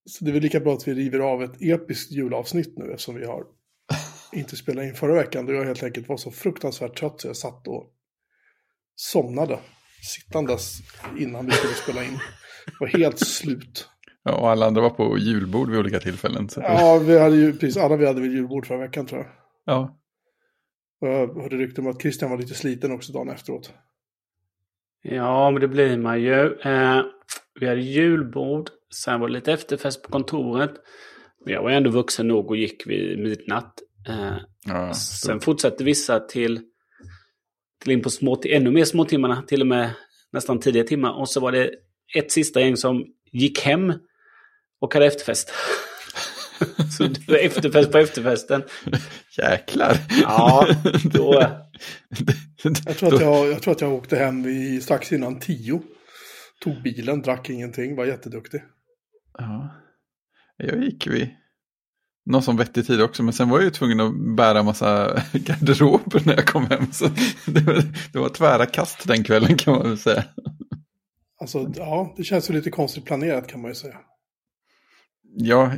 Så det är väl lika bra att vi river av ett episkt julavsnitt nu eftersom vi har inte spelat in förra veckan. Då jag helt enkelt var så fruktansvärt trött så jag satt och somnade sittandes innan vi skulle spela in. Det var helt slut. Ja, och alla andra var på julbord vid olika tillfällen. Så. Ja, vi hade ju precis alla vi hade vid julbord förra veckan tror jag. Ja. Och jag hörde rykten om att Christian var lite sliten också dagen efteråt. Ja, men det blir man ju. Vi hade julbord. Sen var det lite efterfest på kontoret. Men jag var ändå vuxen nog och gick vid midnatt. Sen fortsatte vissa till in på ännu mer småtimmarna. Till och med nästan tidiga timmar. Och så var det ett sista gäng som gick hem och hade efterfest. Så det var efterfest på efterfesten. Jäklar. Ja, då... Jag tror att jag åkte hem strax innan 10. Tog bilen, drack ingenting, var jätteduktig. Ja, jag gick vid någon som vettig tid också. Men sen var jag ju tvungen att bära massa garderober när jag kom hem. Så det var tvära kast den kvällen kan man väl säga. Alltså, ja, det känns ju lite konstigt planerat kan man ju säga. Ja,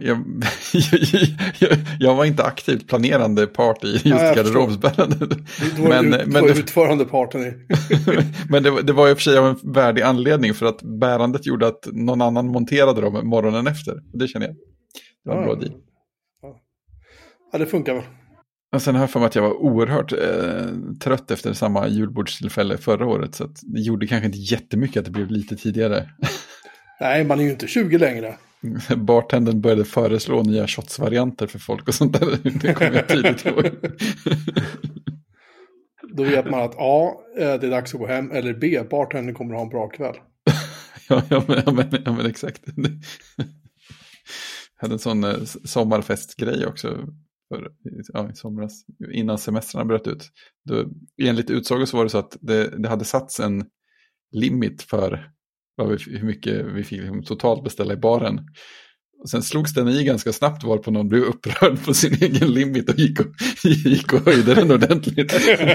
jag var inte aktivt planerande part i just garderobsbärande. Du var utförande parten i. Men det var i och för sig av en värdig anledning för att bärandet gjorde att någon annan monterade dem morgonen efter. Det känner jag. Det var en bra deal. Ja, det funkar väl. Och sen har jag för mig att jag var oerhört trött efter samma julbordstillfälle förra året. Så att det gjorde kanske inte jättemycket att det blev lite tidigare. Nej, man är ju inte 20 längre. Bartendern började föreslå nya shotsvarianter för folk och sånt där. Det kommer jag tidigt ihåg. Då vet man att A, det är dags att gå hem. Eller B, bartendern kommer att ha en bra kväll. ja, men exakt. Jag hade en sån sommarfestgrej också. I somras, innan semestrarna bröt ut. Enligt utsago så var det så att det hade satts en limit för hur mycket vi fick totalt beställa i baren. Och sen slogs den i ganska snabbt varpå någon blev upprörd på sin egen limit och gick och höjde den ordentligt.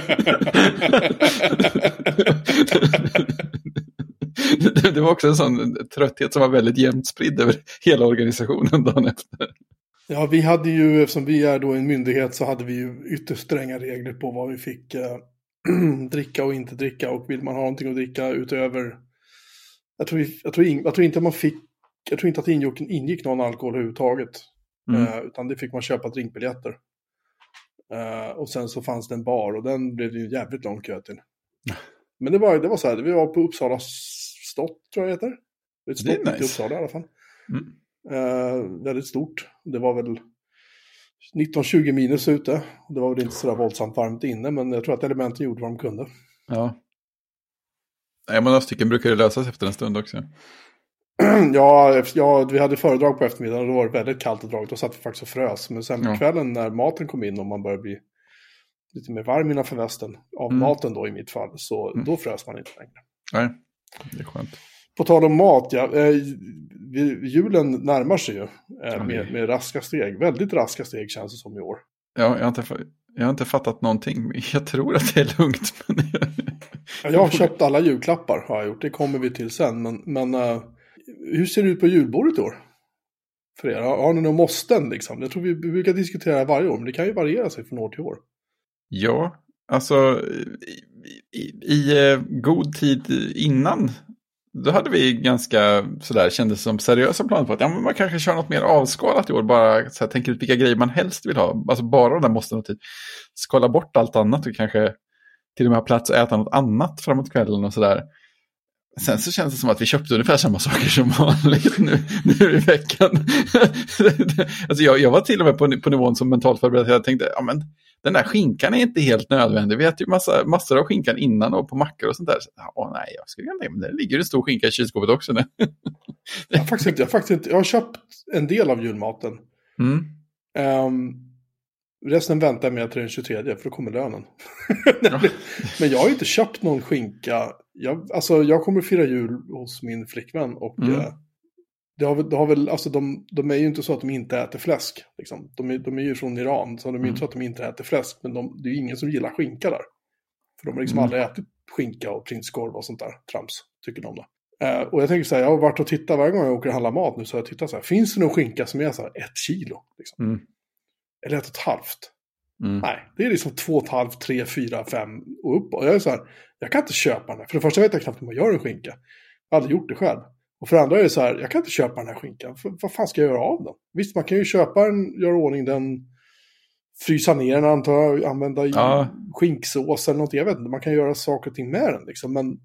Det var också en sån trötthet som var väldigt jämnt spridd över hela organisationen dagen efter. Ja, vi hade ju, eftersom vi är då en myndighet så hade vi ju ytterst stränga regler på vad vi fick dricka och inte dricka. Och vill man ha någonting att dricka utöver... Jag tror inte att det ingick någon alkohol överhuvudtaget. Utan det fick man köpa drinkbiljetter. Och sen så fanns det en bar och den blev det ju jävligt lång kö till. Men det var så här, vi var på Uppsala slott tror jag det heter. Ett stort nice. I Uppsala i alla fall. Väldigt stort. Det var väl 19-20 minus ute. Det var väl inte så där våldsamt varmt inne, men jag tror att elementen gjorde vad de kunde. Ja. Nej, men några stycken brukar det lösas efter en stund också. Ja, vi hade föredrag på eftermiddagen och då var det väldigt kallt och dragigt. Då satt vi faktiskt och frös. Men sen på kvällen när maten kom in och man började bli lite mer varm innanför västen av maten då i mitt fall, så då frös man inte längre. Nej, det är skönt. På tal om mat, julen närmar sig ju med raska steg. Väldigt raska steg känns det som i år. Ja, jag har inte fattat någonting. Jag tror att det är lugnt. Men jag har köpt alla julklappar har jag gjort. Det kommer vi till sen. Men hur ser det ut på julbordet i år? För er? Har ni någon måsten liksom? Jag tror vi brukar diskutera varje år. Men det kan ju variera sig från år till år. Ja, alltså i god tid innan... Då hade vi ganska sådär, kändes som seriösa planer på att men man kanske kör något mer avskalat i år. Bara så här, tänker ut vilka grejer man helst vill ha. Alltså bara där måste man typ skala bort allt annat och kanske till och med ha plats att äta något annat framåt kvällen och sådär. Sen så känns det som att vi köpte ungefär samma saker som vanligt nu i veckan. Alltså jag var till och med på nivån som mentalt förberedd. Jag tänkte, men den där skinkan är inte helt nödvändig. Vi äter ju massor av skinkan innan och på mackor och sånt där. Nej, jag skulle inte, men det ligger en stor skinka i kylskåpet också nu. Jag har köpt en del av julmaten. Resten väntar jag med till den 23, för då kommer lönen. Men jag har inte köpt någon skinka. Jag kommer fira jul hos min flickvän och det har väl, alltså de är ju inte så att de inte äter fläsk. Liksom. De är ju från Iran, så de är ju inte så att de inte äter fläsk. Men det är ju ingen som gillar skinka där. För de har liksom aldrig ätit skinka och prinskorv och sånt där trams, tycker de då. Och jag tänker så här, jag har varit och tittat varje gång jag åker och handlar mat nu, så har jag tittat så här, finns det någon skinka som är så här 1 kilo? Liksom? Eller 1,5? Nej, det är liksom 2,5, 3, 4, 5 och upp. Och jag är så här, jag kan inte köpa den här. För det första vet jag knappt hur man gör en skinka. Jag har aldrig gjort det själv. Och för det andra är det så här, jag kan inte köpa den här skinkan. För vad fan ska jag göra av den? Visst, man kan ju köpa den, göra ordning den, frysa ner den, antar jag, använda i skinksås eller något. Jag vet inte, man kan göra saker och ting med den liksom. Men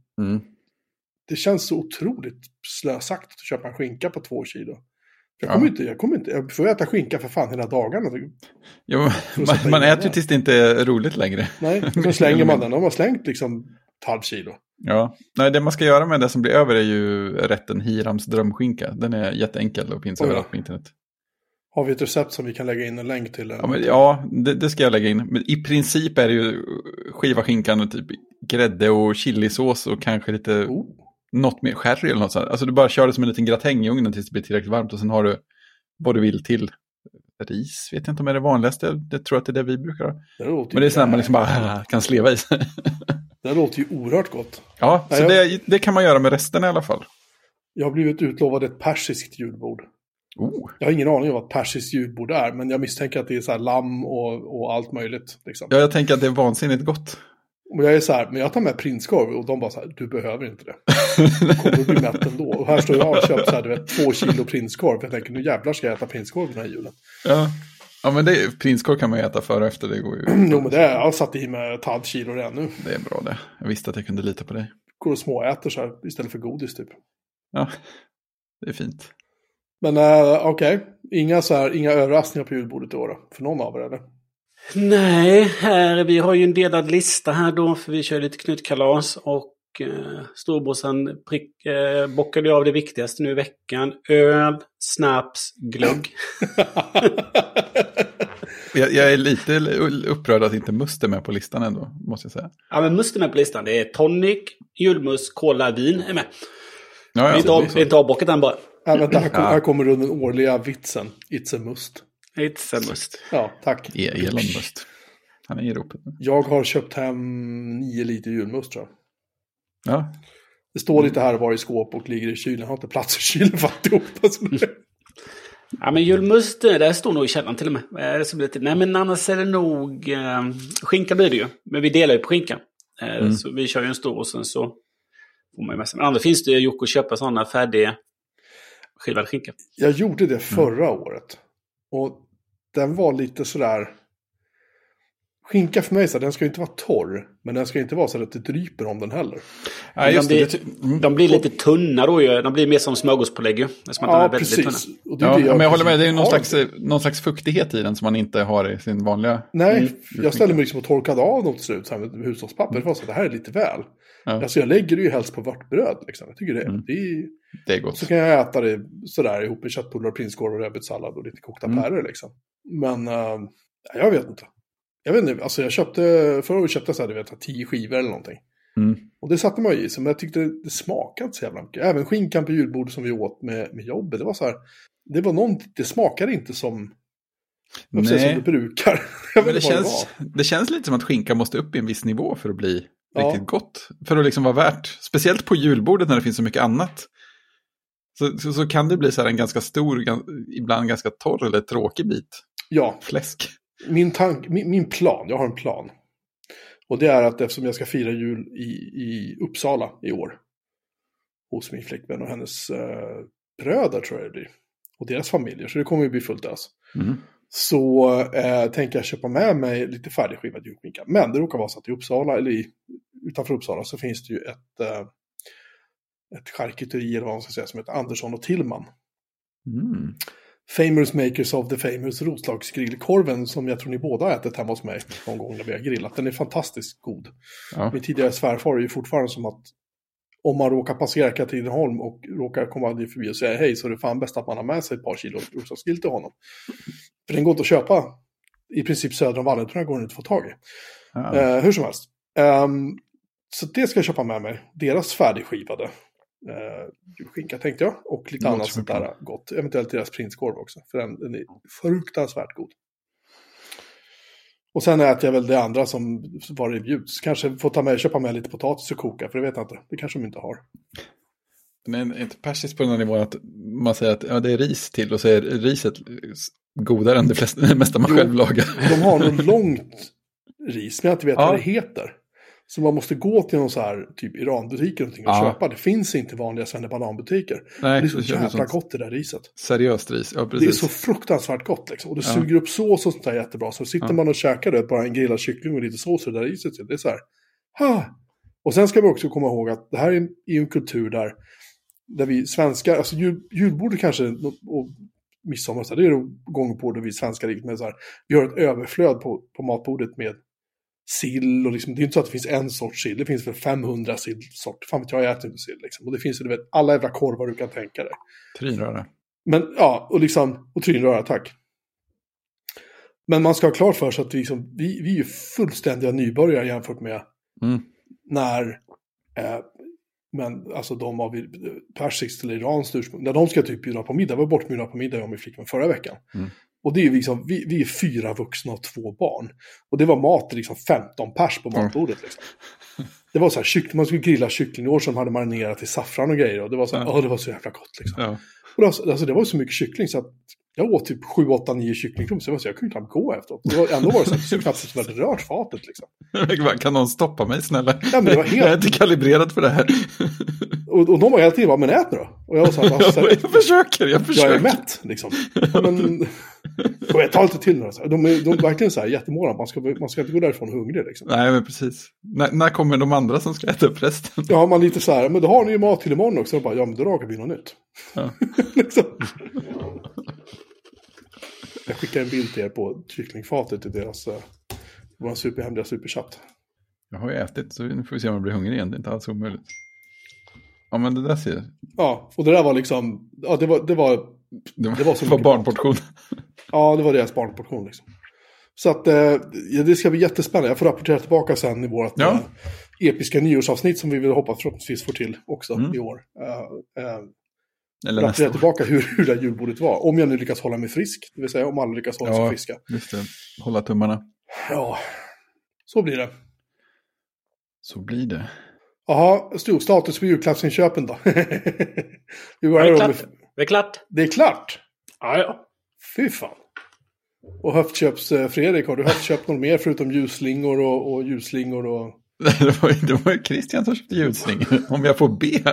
det känns så otroligt slösakt att köpa en skinka på 2 kilo. Jag kommer inte, jag får äta skinka för fan hela dagarna. Jo, man äter ju tills det inte är roligt längre. Nej, så slänger man den. De har slängt liksom 1,5 kilo. Ja, nej, det man ska göra med det som blir över är ju rätten Hirams drömskinka. Den är jätteenkel och finns överallt på internet. Har vi ett recept som vi kan lägga in en länk till? Det ska jag lägga in. Men i princip är det ju skiva skinkan och typ grädde och chilisås och kanske lite något mer sherry eller något sånt. Alltså du bara kör det som en liten gratäng i ugnen tills det blir tillräckligt varmt och sen har du vad du vill till. Ris, vet jag inte om det är det vanligaste. Jag tror att det är det vi brukar ha. Men det är sådär man liksom bara kan sleva i sig. Det låter ju oerhört gott. Ja, så det kan man göra med resten i alla fall. Jag har blivit utlovad ett persiskt julbord. Jag har ingen aning om vad ett persiskt julbord är, men jag misstänker att det är så här lamm och allt möjligt. Liksom. Ja, jag tänker att det är vansinnigt gott. Och jag är så här, men jag tar med prinskorv och de bara så här, du behöver inte det. Du kommer bli mätt ändå. Och här står jag och köpt så här, du vet, 2 kilo prinskorv. Jag tänker, nu jävlar ska jag äta prinskorv den här julen. Ja, men prinskorv kan man äta före och efter, det går ju. Jo, men det är, jag har satt i med 1,5 kilo redan nu. Det är bra det. Jag visste att jag kunde lita på dig. Går och småäter så här, istället för godis typ. Ja, det är fint. Men okej, inga överraskningar på julbordet i år då? För någon av er eller? Nej, vi har ju en delad lista här då, för vi kör lite knutkalas och storbrorsan bockade av det viktigaste nu i veckan. Öl, snaps, glögg. jag är lite upprörd att inte Must är med på listan ändå, måste jag säga. Ja, men Must är med på listan. Det är tonic, julmust, cola, vin är med. Inte avbockat än bara. Ja, vänta, här kommer den årliga vitsen. It's a must. It's a must. Ja, tack. Elon Must. Han är i ropet. Jag har köpt hem 9 liter julmust, tror jag. Ja. Det står lite här och var i skåp och ligger i kylen. Jag har inte plats i kylen för alltihop. Ja, men julmust, det står nog i källan till och med. Nej, men annars är det nog... skinka blir det ju. Men vi delar ju på skinkan. Så vi kör ju en stor och sen så får man ju med sig. Men annars finns det ju Jocke att köpa sådana färdiga skivade skinka. Jag gjorde det förra året. Och den var lite sådär... Skinka för mig, så den ska ju inte vara torr. Men den ska inte vara så att det dryper om den heller. Ja, just de blir lite tunna då ju. De blir mer som smörgåspålägg ju. Ja, precis. Och men jag håller med. Det är någon slags fuktighet i den som man inte har i sin vanliga... Nej, jag ställde mig liksom och torkade av något till slut så här med hushållspapper. Det var så, det här är lite väl. Ja. Alltså jag lägger det ju helst på vörtbröd. Liksom. Jag tycker det är gott. Så kan jag äta det sådär ihop med köttbullar, prinskorv och rödbetssallad och lite kokta pärror liksom. Men jag vet inte. Alltså jag köpte så här, du vet, 10 skivor eller någonting. Och det satte man i sig, men jag tyckte det smakade så jävla mycket. Även skinkan på julbordet som vi åt med jobbet, det var så här, det smakade inte som det brukar. Men det känns lite som att skinka måste upp i en viss nivå för att bli riktigt gott. För att liksom vara värt, speciellt på julbordet när det finns så mycket annat. Så kan det bli så här en ganska stor, ibland ganska torr eller tråkig bit fläsk. Min plan, jag har en plan. Och det är att eftersom jag ska fira jul i Uppsala i år. Hos min flickvän och hennes bröder tror jag det blir. Och deras familjer, så det kommer ju bli fullt ös. Så tänker jag köpa med mig lite färdigskivad julskinka. Men det råkar vara så att i Uppsala, eller utanför Uppsala, så finns det ju ett charkuteri eller vad man ska säga som heter Andersson och Tillman. Famous makers of the famous rotslagsgrillkorven som jag tror ni båda har ätit hemma hos mig någon gång när vi har grillat. Den är fantastiskt god. Ja. Min tidigare svärfar är ju fortfarande som att om man råkar passera Katrineholm och råkar komma dit förbi och säga hej, så är det fan bäst att man har med sig ett par kilo rotslagsgrill till honom. För den går inte att köpa i princip söder om Vallentuna, går den inte att få tag i. Ja. Hur som helst. Så det ska jag köpa med mig. Deras färdigskivade julskinka tänkte jag. Och lite annat sånt där gott. Eventuellt deras prinskorv också. För den är fruktansvärt god. Och sen äter jag väl det andra som var i bjuds. Kanske får köpa med lite potatis och koka. För det vet jag inte. Det kanske de inte har. Nej, inte persiskt på den nivån att man säger att det är ris till och så är riset godare än det mesta man själv lagar. De har något långt ris, men jag inte vet vad det heter. Så man måste gå till någon så här typ Iran-butik och köpa. Det finns inte vanliga svennebananbutiker. Nej, det är så jävla gott det där riset. Seriöst ris, ja precis. Det är så fruktansvärt gott liksom. Och det suger upp sås och sånt där jättebra. Så sitter man och käkar det, bara en grillad kyckling och lite sås och det där riset. Det är så här, Och sen ska vi också komma ihåg att det här är en kultur där vi svenskar, alltså julbordet kanske och midsommar, så det är gånger på det vi svenskar riktigt med så här. Vi har ett överflöd på matbordet med sill och liksom, det är inte så att det finns en sorts sill, det finns väl 500 sillsorter. Fan vet jag äter inte sill liksom. Och det finns ju, du vet, alla jävla korvar du kan tänka dig. Trynröra. Men och trynröra, tack. Men man ska ha klart för sig att vi är ju fullständiga nybörjare jämfört med när men alltså de av persiskt eller iranskt ursprung, när de ska typ bjuda på middag, var bortbjudna på middag om vi fick med förra veckan. Och det är liksom, vi är 4 vuxna och 2 barn. Och det var mat liksom 15 pers på matbordet liksom. Det var så här, man skulle grilla kyckling i år som hade marinerat i saffran och grejer. Och det var så här, det var så jävla gott liksom. Ja. Och alltså, det var så mycket kyckling så att jag åt typ 7, 8, 9 kycklingkronor. Så jag kunde knappt gå efteråt. Ändå var det så knappt som hade rört fatet liksom. Kan någon stoppa mig snälla? Ja, men det var helt... Jag är inte kalibrerat för det här. Och de var hela tiden, men ät nu då. Och jag var så här, jag försöker. Jag är mätt liksom. Men... Och jag tar inte till några. De är verkligen så här jättemåla. Man ska inte gå därifrån hungrig liksom. Nej, men precis. När kommer de andra som ska äta upp resten? Ja, man lite så här, men då har ni ju mat till imorgon också. Och bara, ja, men då rakar vi något nytt. Ja. Liksom. Jag skickar en bild till er på kycklingfatet i deras vår superhemliga superchatt. Jag har ju ätit, så nu får vi se om jag blir hungrig igen. Det är inte alls omöjligt. Ja, men det där ser... Ja, och det där var liksom... Ja, det var barnportion. Ja, det var deras barnportion liksom. Så att det ska bli jättespännande. Jag får rapportera tillbaka sen i vårt episka nyårsavsnitt som vi vill hoppas förhoppningsvis får till också i år. Eller rapportera tillbaka hur det julbordet var. Om jag nu lyckas hålla mig frisk. Det vill säga om alla lyckas hålla sig friska. Just det. Hålla tummarna. Ja, så blir det. Så blir det. Jaha, stor status på julklappsinköpen då. Det är klart. Det är klart? Ja. Fy fan. Och höftköps-Fredrik, har du höftköpt något mer förutom ljusslingor och ljusslingor och... Det var ju Christian som köpte ljusslingor. Om jag får be.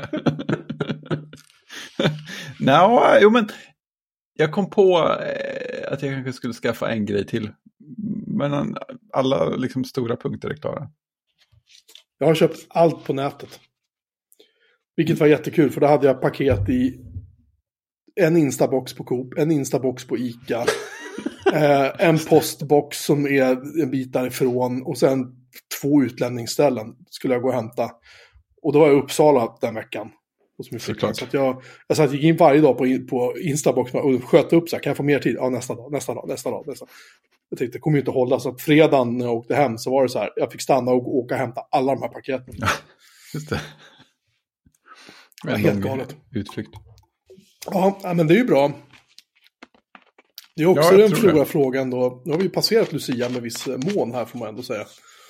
Jo, men jag kom på att jag kanske skulle skaffa en grej till. Men alla liksom stora punkter är klara. Jag har köpt allt på nätet. Vilket var jättekul, för då hade jag paket i en Instabox på Coop, en Instabox på Ica, en postbox som är en bit därifrån och sen 2 utlämningsställen skulle jag gå och hämta. Och då var jag i Uppsala den veckan. Så att jag gick in varje dag på Instabox och sköt upp så här, kan jag få mer tid? Ja, nästa dag. Jag tänkte, det kommer ju inte hålla. Så att fredagen när jag åkte hem så var det så här, jag fick stanna och åka och hämta alla de här paketen. Just det. Det var helt galet. Utflykt. Ja, men det är ju bra. Det är också den stora frågan då. Nu har vi ju passerat Lucia med viss mån här, får man ändå säga.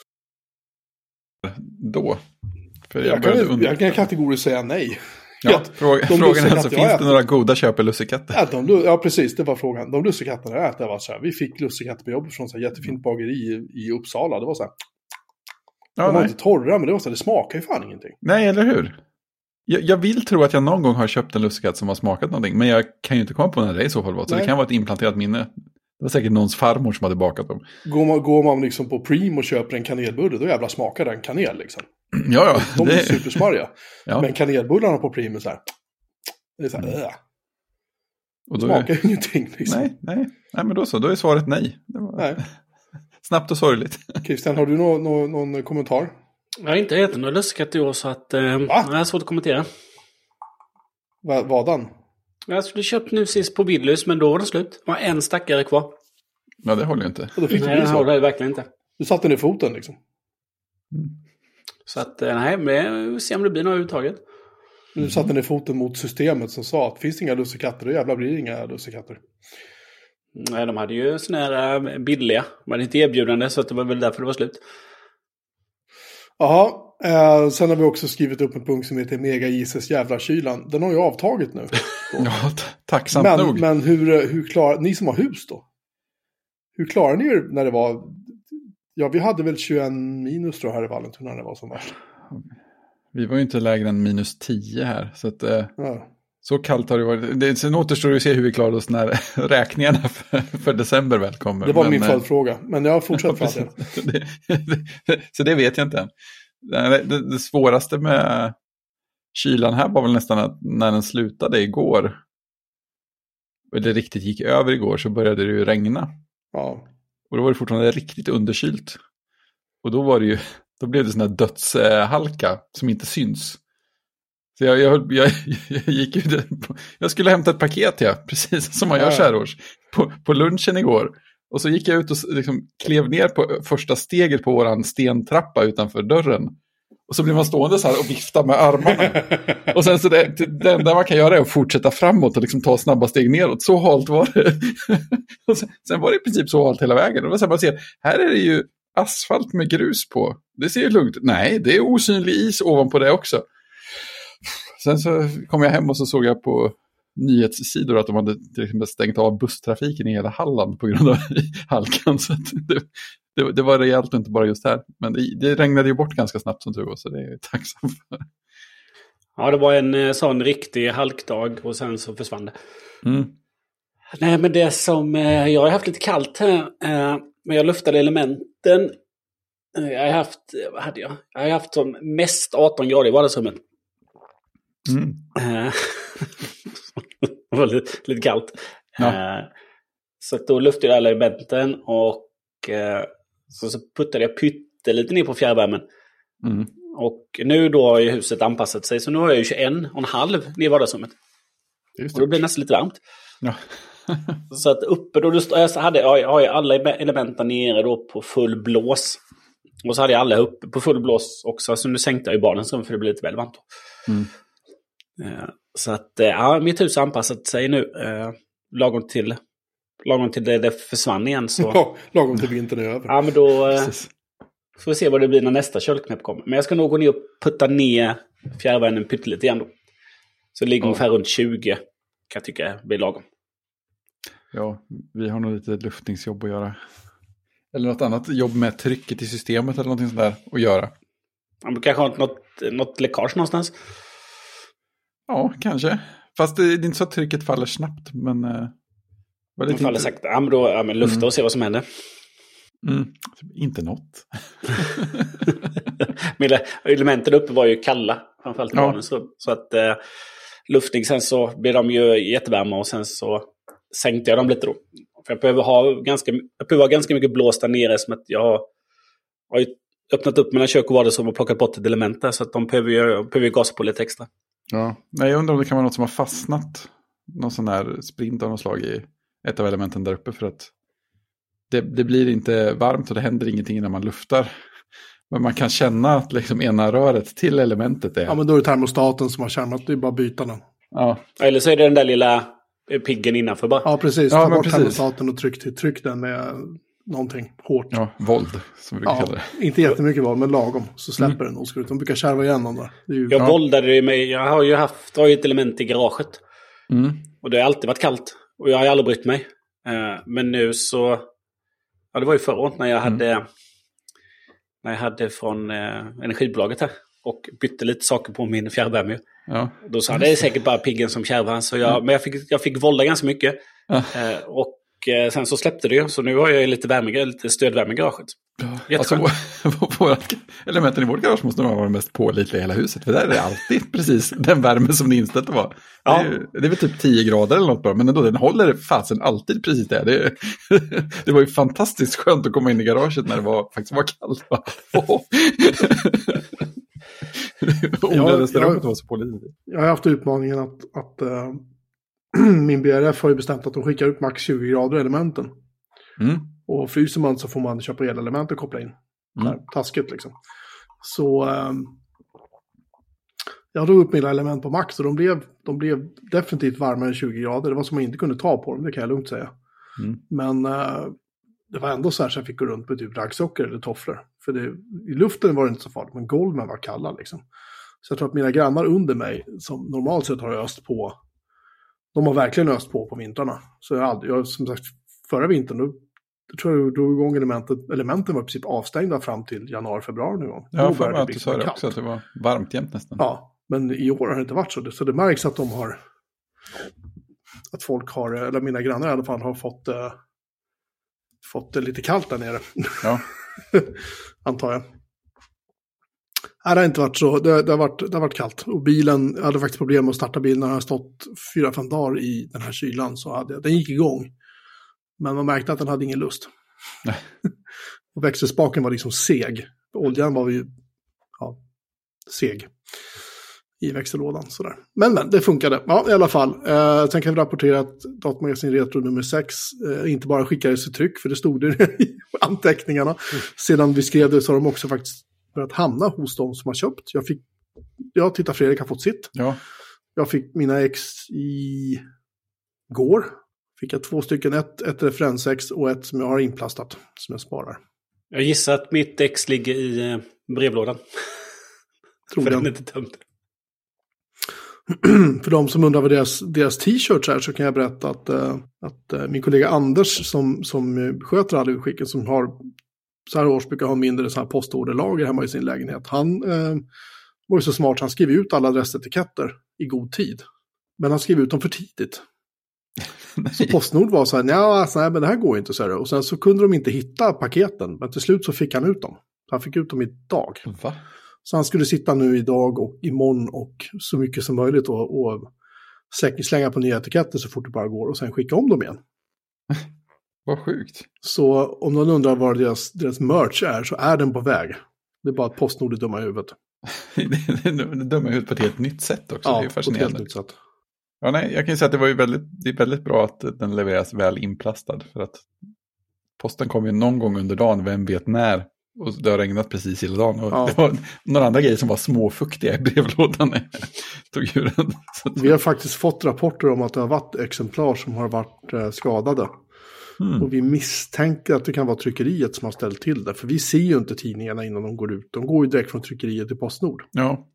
Då? För jag kan kategoriskt säga nej. Ja, frågan är alltså, finns det några goda köp i lussekatter? Ja, precis, det var frågan. De lussekatterna jag äter var så här, vi fick lussekatter på jobbet från så här jättefint bageri i Uppsala. Det var så här, de var inte torra, men det var så här, det smakar ju fan ingenting. Nej, eller hur? Jag vill tro att jag någon gång har köpt en lussekatt som har smakat någonting, men jag kan ju inte komma på när det i så fall var. Så det kan vara ett implanterat minne. Det var säkert någons farmor som hade bakat dem. Går man liksom på Prim och köper en kanelbulle, då jävla smakar den kanel liksom. Ja. De är supersmarriga. Ja. Men kanelbullarna på Prim är så här. Det är så här, och då smakar ju ingenting liksom. Nej, men då så. Då är svaret nej. Det var nej. Snabbt och sorgligt. Christian, har du någon kommentar? Jag har inte ätit någon lussekatt i år, så att jag har svårt att kommentera. Vadan? Jag skulle köpt nu sist på Billys, men då var det slut. Det var en stackare kvar. Ja, det håller ju inte. Nej, det håller jag verkligen inte. Du satte ner foten liksom. Så att, nej, men vi ser om det blir något överhuvudtaget. Du satte ner foten mot systemet som sa att finns det inga lussekatter, då jävla blir det inga lussekatter. Nej, de hade ju såna här billiga. De hade inte erbjudande, så att det var väl därför det var slut. Jaha, Sen har vi också skrivit upp en punkt som heter Mega Ises jävla kylan. Den har ju avtagit nu. Ja, tacksamt nog. Men hur klarar ni som har hus då? Hur klarar ni er när det var... Ja, vi hade väl 21 minus tror jag här i Vallentuna när det var som värst. Vi var ju inte lägre än minus 10 här. Så att, Ja. så kallt har det varit. Sen återstår det att se hur vi klarade oss när räkningarna för december väl kommer. Det var min följdfråga, men jag har fortsatt fast det. Så det vet jag inte än. Det svåraste med kylan här var väl nästan att när den slutade igår, eller riktigt gick över igår, så började det ju regna. Ja. Och då var det fortfarande riktigt underkylt. Och då blev det sån här dödshalka som inte syns. Så jag gick ut, jag skulle hämta ett paket, precis som man gör så här års, på lunchen igår. Och så gick jag ut och liksom klev ner på första steget på våran stentrappa utanför dörren. Och så blir man stående så här och vifta med armarna. Och sen så det enda man kan göra är att fortsätta framåt och liksom ta snabba steg neråt. Så halt var det. Och sen var det i princip så halt hela vägen. Och då så man ser, här är det ju asfalt med grus på. Det ser ju lugnt. Nej, det är osynlig is ovanpå det också. Sen så kom jag hem och så såg jag på nyhetssidor att de hade till exempel stängt av busstrafiken i hela Halland på grund av halkan. Så det var rejält inte bara just här. Men det regnade ju bort ganska snabbt som tur var, så det är jag tacksam för. Ja, det var en sån riktig halkdag och sen så försvann det. Mm. Nej, men det som... jag har haft lite kallt här. Men jag luftade elementen. Jag har haft som mest 18 grader i vardagsrummet. Mm. Det var lite kallt. Ja. Så då luftade jag alla elementen och så puttade jag lite ner på fjärrvärmen. Mm. Och nu då har ju huset anpassat sig, så nu har jag ju 21,5 ner i vardagsrummet. Och då blir det nästan lite varmt. Ja. Så att uppe då har jag alla elementen nere då på full blås. Och så hade jag alla uppe på full blås också. Så nu sänkte jag i barnens rum för det blir lite väl varmt. Mm. Så att mitt hus har anpassat sig nu. Lagom till det försvann igen. Så. Lagom till vintern är över. Ja, men då får vi se vad det blir när nästa köldknäpp kommer. Men jag ska nog gå ner och putta ner fjärrvärmen pyttelite igen då. Så det ligger ungefär runt 20, kan jag tycka blir lagom. Ja, vi har nog lite luftningsjobb att göra. Eller något annat jobb med trycket i systemet eller någonting sånt där att göra. Ja, men kanske har något läckage någonstans. Ja, kanske. Fast det är inte så att trycket faller snabbt, men... Det faller sakta. Ja, men då lufta och se vad som händer. Mm. Inte något. Men elementen uppe var ju kalla, framförallt i barnens rum. Så att luftning, sen så blir de ju jättevarma och sen så sänkte jag dem lite då. För jag behöver ha ganska mycket blåst där nere, som att jag har ju öppnat upp mina kök och vardagsrum och plockat bort ett element där, så att de behöver gasa på lite extra. Ja, nej, jag undrar om det kan vara något som har fastnat, någon sån här sprint av något slag i ett av elementen där uppe, för att det blir inte varmt och det händer ingenting när man luftar. Men man kan känna att liksom ena röret till elementet är... Ja, men då är det termostaten som har kärnat, det är bara att byta den. Ja. Eller så är det den där lilla piggen innanför bara. Ja, precis. Ta bort termostaten och tryck den med någonting hårt. Ja, våld som vi brukar kalla det. Inte jättemycket våld, men lagom. Så släpper den och ska ut. De brukar kärva igen dem där. Jag våldade det med... Jag har ju ett element i garaget. Mm. Och det har alltid varit kallt. Och jag har aldrig brytt mig. Men nu så... Ja, det var ju förra året när jag hade från energibolaget här. Och bytte lite saker på min fjärrvärme. Ja. Då så hade jag säkert bara piggen som kärva. Så men jag fick vålda ganska mycket. Ja. Och sen så släppte det ju. Så nu har jag lite stödvärme i garaget. Ja, alltså, elementen i vårt garage måste nog vara mest pålitliga i hela huset. För där är det alltid precis den värme som det är inställt att vara. Ja. Det är väl typ 10 grader eller något bara. Men ändå, den håller fasen alltid precis där. Det var ju fantastiskt skönt att komma in i garaget när det faktiskt var kallt. Jag har haft utmaningen att min BRF har ju bestämt att de skickar ut max 20 grader elementen. Mm. Och fryser man så får man köpa elelement och koppla in. Taskigt liksom. Så jag drog upp mina element på max och de blev definitivt varmare än 20 grader. Det var som man inte kunde ta på dem, det kan jag lugnt säga. Mm. Men det var ändå så här så jag fick gå runt med typ raggsockor eller tofflor. För i luften var det inte så farligt, men golven var kalla liksom. Så jag tror att mina grannar under mig, som normalt sett har öst på, de har verkligen öst på vintrarna. Så jag som sagt, förra vintern, då tror jag drog igång elementen var i princip avstängda fram till januari, februari nu. Ja, för att du sa det också, att det var varmt jämt nästan. Ja, men i år har det inte varit så. Så det märks att att folk har, eller mina grannar i alla fall, har fått det lite kallt där nere. Ja. Antar jag. Nej, det har inte varit så. Det har varit kallt. Och bilen, jag hade faktiskt problem med att starta bilen när jag stått 4-5 dagar i den här kylan. Den gick igång. Men man märkte att den hade ingen lust. Nej. Och växelspaken var liksom seg. Oljan var ju seg i växellådan. Sådär. Men det funkade. Ja, i alla fall. Sen kan vi rapportera att Datamagasin Retro nummer 6 inte bara skickades i tryck, för det stod det i anteckningarna. Sedan vi skrev det så har de också faktiskt börjat hamna hos de som har köpt. Titta, Fredrik har fått sitt. Ja. Jag fick mina ex i går. Fick jag 2 stycken, ett referensex och ett som jag har inplastat, som jag sparar. Jag gissar att mitt ex ligger i brevlådan. För den är inte tömd. För de som undrar vad deras t-shirts är, så kan jag berätta att min kollega Anders som sköter alla utskicken, som har så här års brukar ha mindre så här postorderlager hemma i sin lägenhet. Han var ju så smart, han skrev ut alla adressetiketter i god tid. Men han skrev ut dem för tidigt. Så Postnord var så här, nej, men det här går inte, så här. Och sen så kunde de inte hitta paketen, men till slut så fick han ut dem. Han fick ut dem idag. Va? Så han skulle sitta nu idag och imorgon och så mycket som möjligt och slänga på nya etiketter så fort det bara går och sen skicka om dem igen. Vad sjukt. Så om någon undrar vad deras merch är, så är den på väg. Det är bara att Postnord är dumma i huvudet. Det är dumma i huvudet på ett helt nytt sätt också. Ja, det är fascinerande. på ett helt nytt sätt. Ja, nej, jag kan ju säga att det är väldigt bra att den levereras väl inplastad. För att posten kommer ju någon gång under dagen, vem vet när. Och det har regnat precis hela dagen. Och det var några andra grejer som var småfuktiga i brevlådan när jag tog ur den. Vi har faktiskt fått rapporter om att det har varit exemplar som har varit skadade. Och vi misstänker att det kan vara tryckeriet som har ställt till det. För vi ser ju inte tidningarna innan de går ut. De går ju direkt från tryckeriet till Postnord. Ja.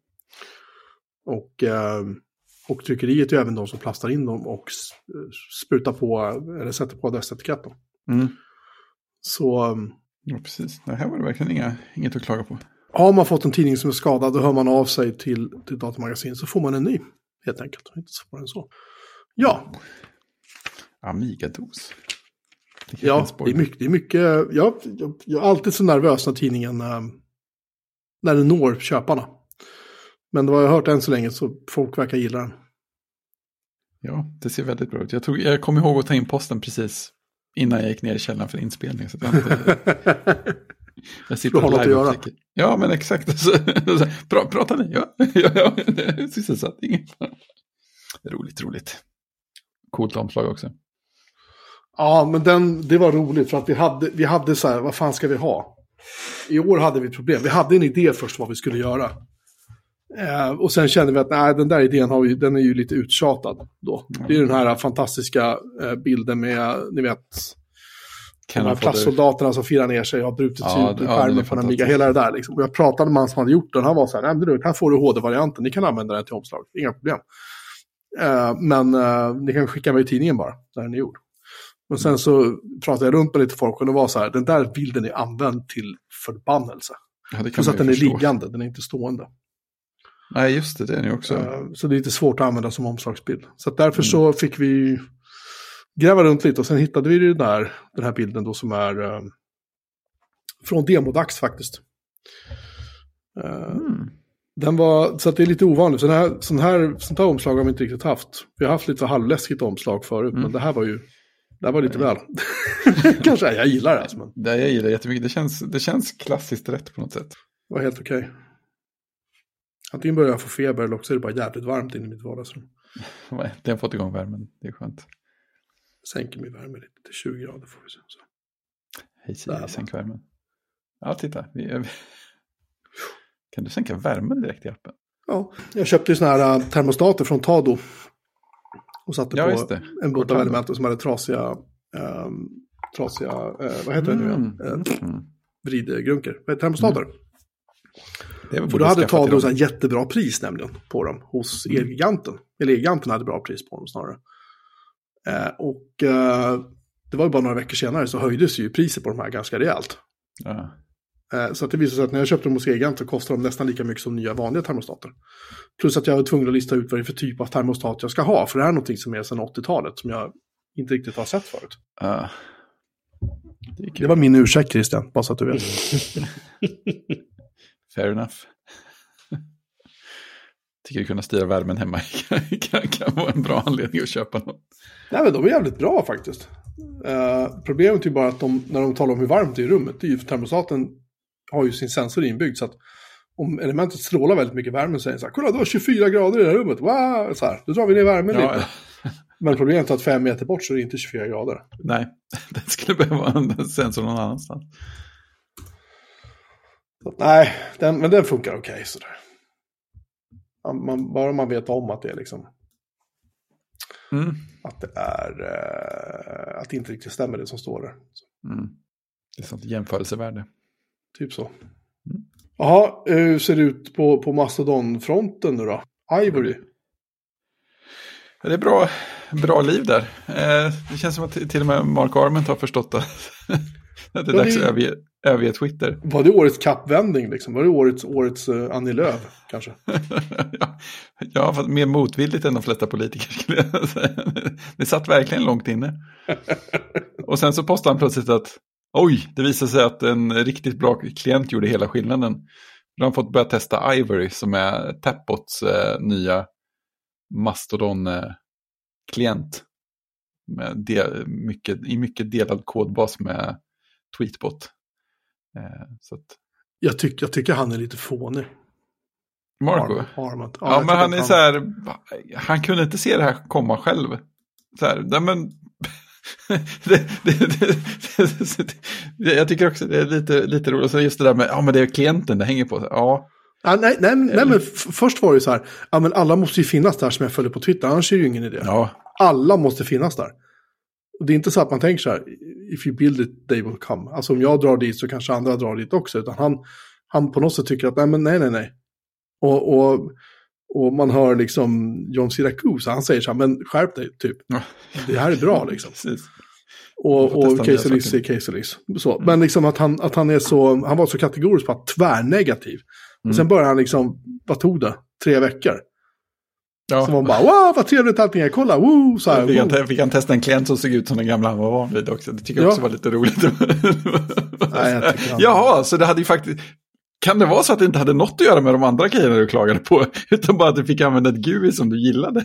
Och tryckeriet är även de som plastar in dem och sprutar på eller sätter på adressetiketten. Så... Ja, precis. Det här var det verkligen inget att klaga på. Har man fått en tidning som är skadad, då hör man av sig till Datamagasin, så får man en ny, helt enkelt. Inte svårare än så. Ja. Amiga-dos. Det är mycket. Jag är alltid så nervös när tidningen när den når köparna. Men det har jag hört än så länge, så folk verkar gilla den. Ja, det ser väldigt bra ut. Jag kom ihåg att ta in posten precis innan jag gick ner i källaren för inspelning. Så jag sitter och live. Ja, men exakt. Pratar ni? Ja. Det är sysselsatt. Roligt. Coolt omslag också. Ja, men det var roligt för att vi hade så här, vad fan ska vi ha? I år hade vi problem. Vi hade en idé först vad vi skulle göra. Och sen kände vi att nej, den där idén den är ju lite uttjatad då. Det är den här fantastiska bilden med, ni vet, de här plastsoldaterna som firar ner sig och har brutits ut ur skärmen på Amiga, hela det där liksom. Och jag pratade med han som hade gjort den, han var så här, nej men du, här får du HD-varianten, ni kan använda den till omslag, inga problem. Men ni kan skicka mig i tidningen bara, när den är gjord. Och sen så pratade jag runt med lite folk och det var så här, den där bilden är använd till förbannelse. Ja, så att den är liggande, den är inte stående. Nej, just det är det också. Så det är lite svårt att använda som omslagsbild. Så att därför så fick vi gräva runt lite och sen hittade vi den här bilden då som är från demodags faktiskt. Den var, så att det är lite ovanligt. Sånt här omslag har vi inte riktigt haft. Vi har haft lite läskigt omslag förut, men det här var lite väl. Kanske jag gillar det. Alltså, men... Det jag gillar jättemycket. Det känns klassiskt rätt på något sätt. Det var helt okej. Antingen börjar jag få feber eller också är det bara jävligt varmt inne i mitt vardagsrum. Det har fått igång värmen, det är skönt. Sänker min värme lite till 20 grader får vi se. Så. Hej Siri, sänk värmen. Ja, titta. Kan du sänka värmen direkt i appen? Ja, jag köpte ju såna här termostater från Tado. Och satte på en båt av elementen som hade trasiga vad heter det nu? vridgrunker, termostater. Det och då hade Tadros en jättebra pris nämligen på dem hos Elgiganten. Eller Elgiganten hade bra pris på dem snarare. Det var ju bara några veckor senare så höjdes ju priset på de här ganska rejält. Ja. Så att det visade sig att när jag köpte dem hos Elgiganten så kostade de nästan lika mycket som nya vanliga termostater. Plus att jag var tvungen att lista ut vad det är för typ av termostat jag ska ha. För det här är någonting som är sedan 80-talet som jag inte riktigt har sett förut. Det var min ursäkt, Christian, bara så att du vet. Fair enough. Tycker att kunna styra värmen hemma kan vara en bra anledning att köpa något. Nej, men de är jävligt bra faktiskt. Problemet är ju bara att när de talar om hur varmt det är i rummet, det är ju för termostaten har ju sin sensor inbyggd så att om elementet strålar väldigt mycket värme så säger så här, kolla, du har 24 grader i det här rummet, wow! Så här, då drar vi ner värmen lite. Men problemet är att 5 meter bort så är det inte 24 grader. Nej, det skulle behöva en sensor någon annanstans. Nej, men den funkar okej sådär. Bara man vet om att det är liksom att det är att det inte riktigt stämmer det som står där. Det är sånt jämförelsevärde. Typ så. Jaha, hur ser det ut på Mastodon-fronten nu då? Ivory? Det är bra liv där. Det känns som att till och med Mark Arment har förstått att det är dags att överge Twitter. Var det årets kappvändning liksom? Var det årets Annie Lööf kanske? Ja, fast mer motvilligt än de flesta politiker skulle jag säga. Det satt verkligen långt inne. Och sen så postade han plötsligt att det visade sig att en riktigt bra klient gjorde hela skillnaden. De har fått börja testa Ivory som är Tapbots nya Mastodon-klient. I mycket delad kodbas med Tweetbot. Så att... jag tycker han är lite fånig. Marco? Arment. Ja, men han är så här, han kunde inte se det här komma själv. Så här, nej men jag tycker också det är lite roligt. Så just det där med, men det är klienten det hänger på. Ja. Nej, men först var det så här, men alla måste ju finnas där som jag följer på Twitter, annars är det ju ingen idé. Ja. Alla måste finnas där. Och det är inte så att man tänker så här, if you build it, they will come. Alltså om jag drar dit så kanske andra drar dit också. Utan han på något sätt tycker att nej. Och man hör liksom John Syracuse, han säger så här, men skärp dig typ. Ja. Det här är bra liksom. och Caselis är Caselis. Men liksom att han är så, han var så kategorisk på att tvärnegativ. Och sen började han liksom, vad tog det? 3 veckor. Ja. Så man bara, wow, vad trevligt allting är, kolla, woo, så här. Vi kan testa en klient som såg ut som den gamla han var van vid också. Det tycker jag också var lite roligt. Nej, jaha, så det hade ju faktiskt... Kan det vara så att det inte hade något att göra med de andra grejerna du klagade på? Utan bara att du fick använda ett GUI som du gillade?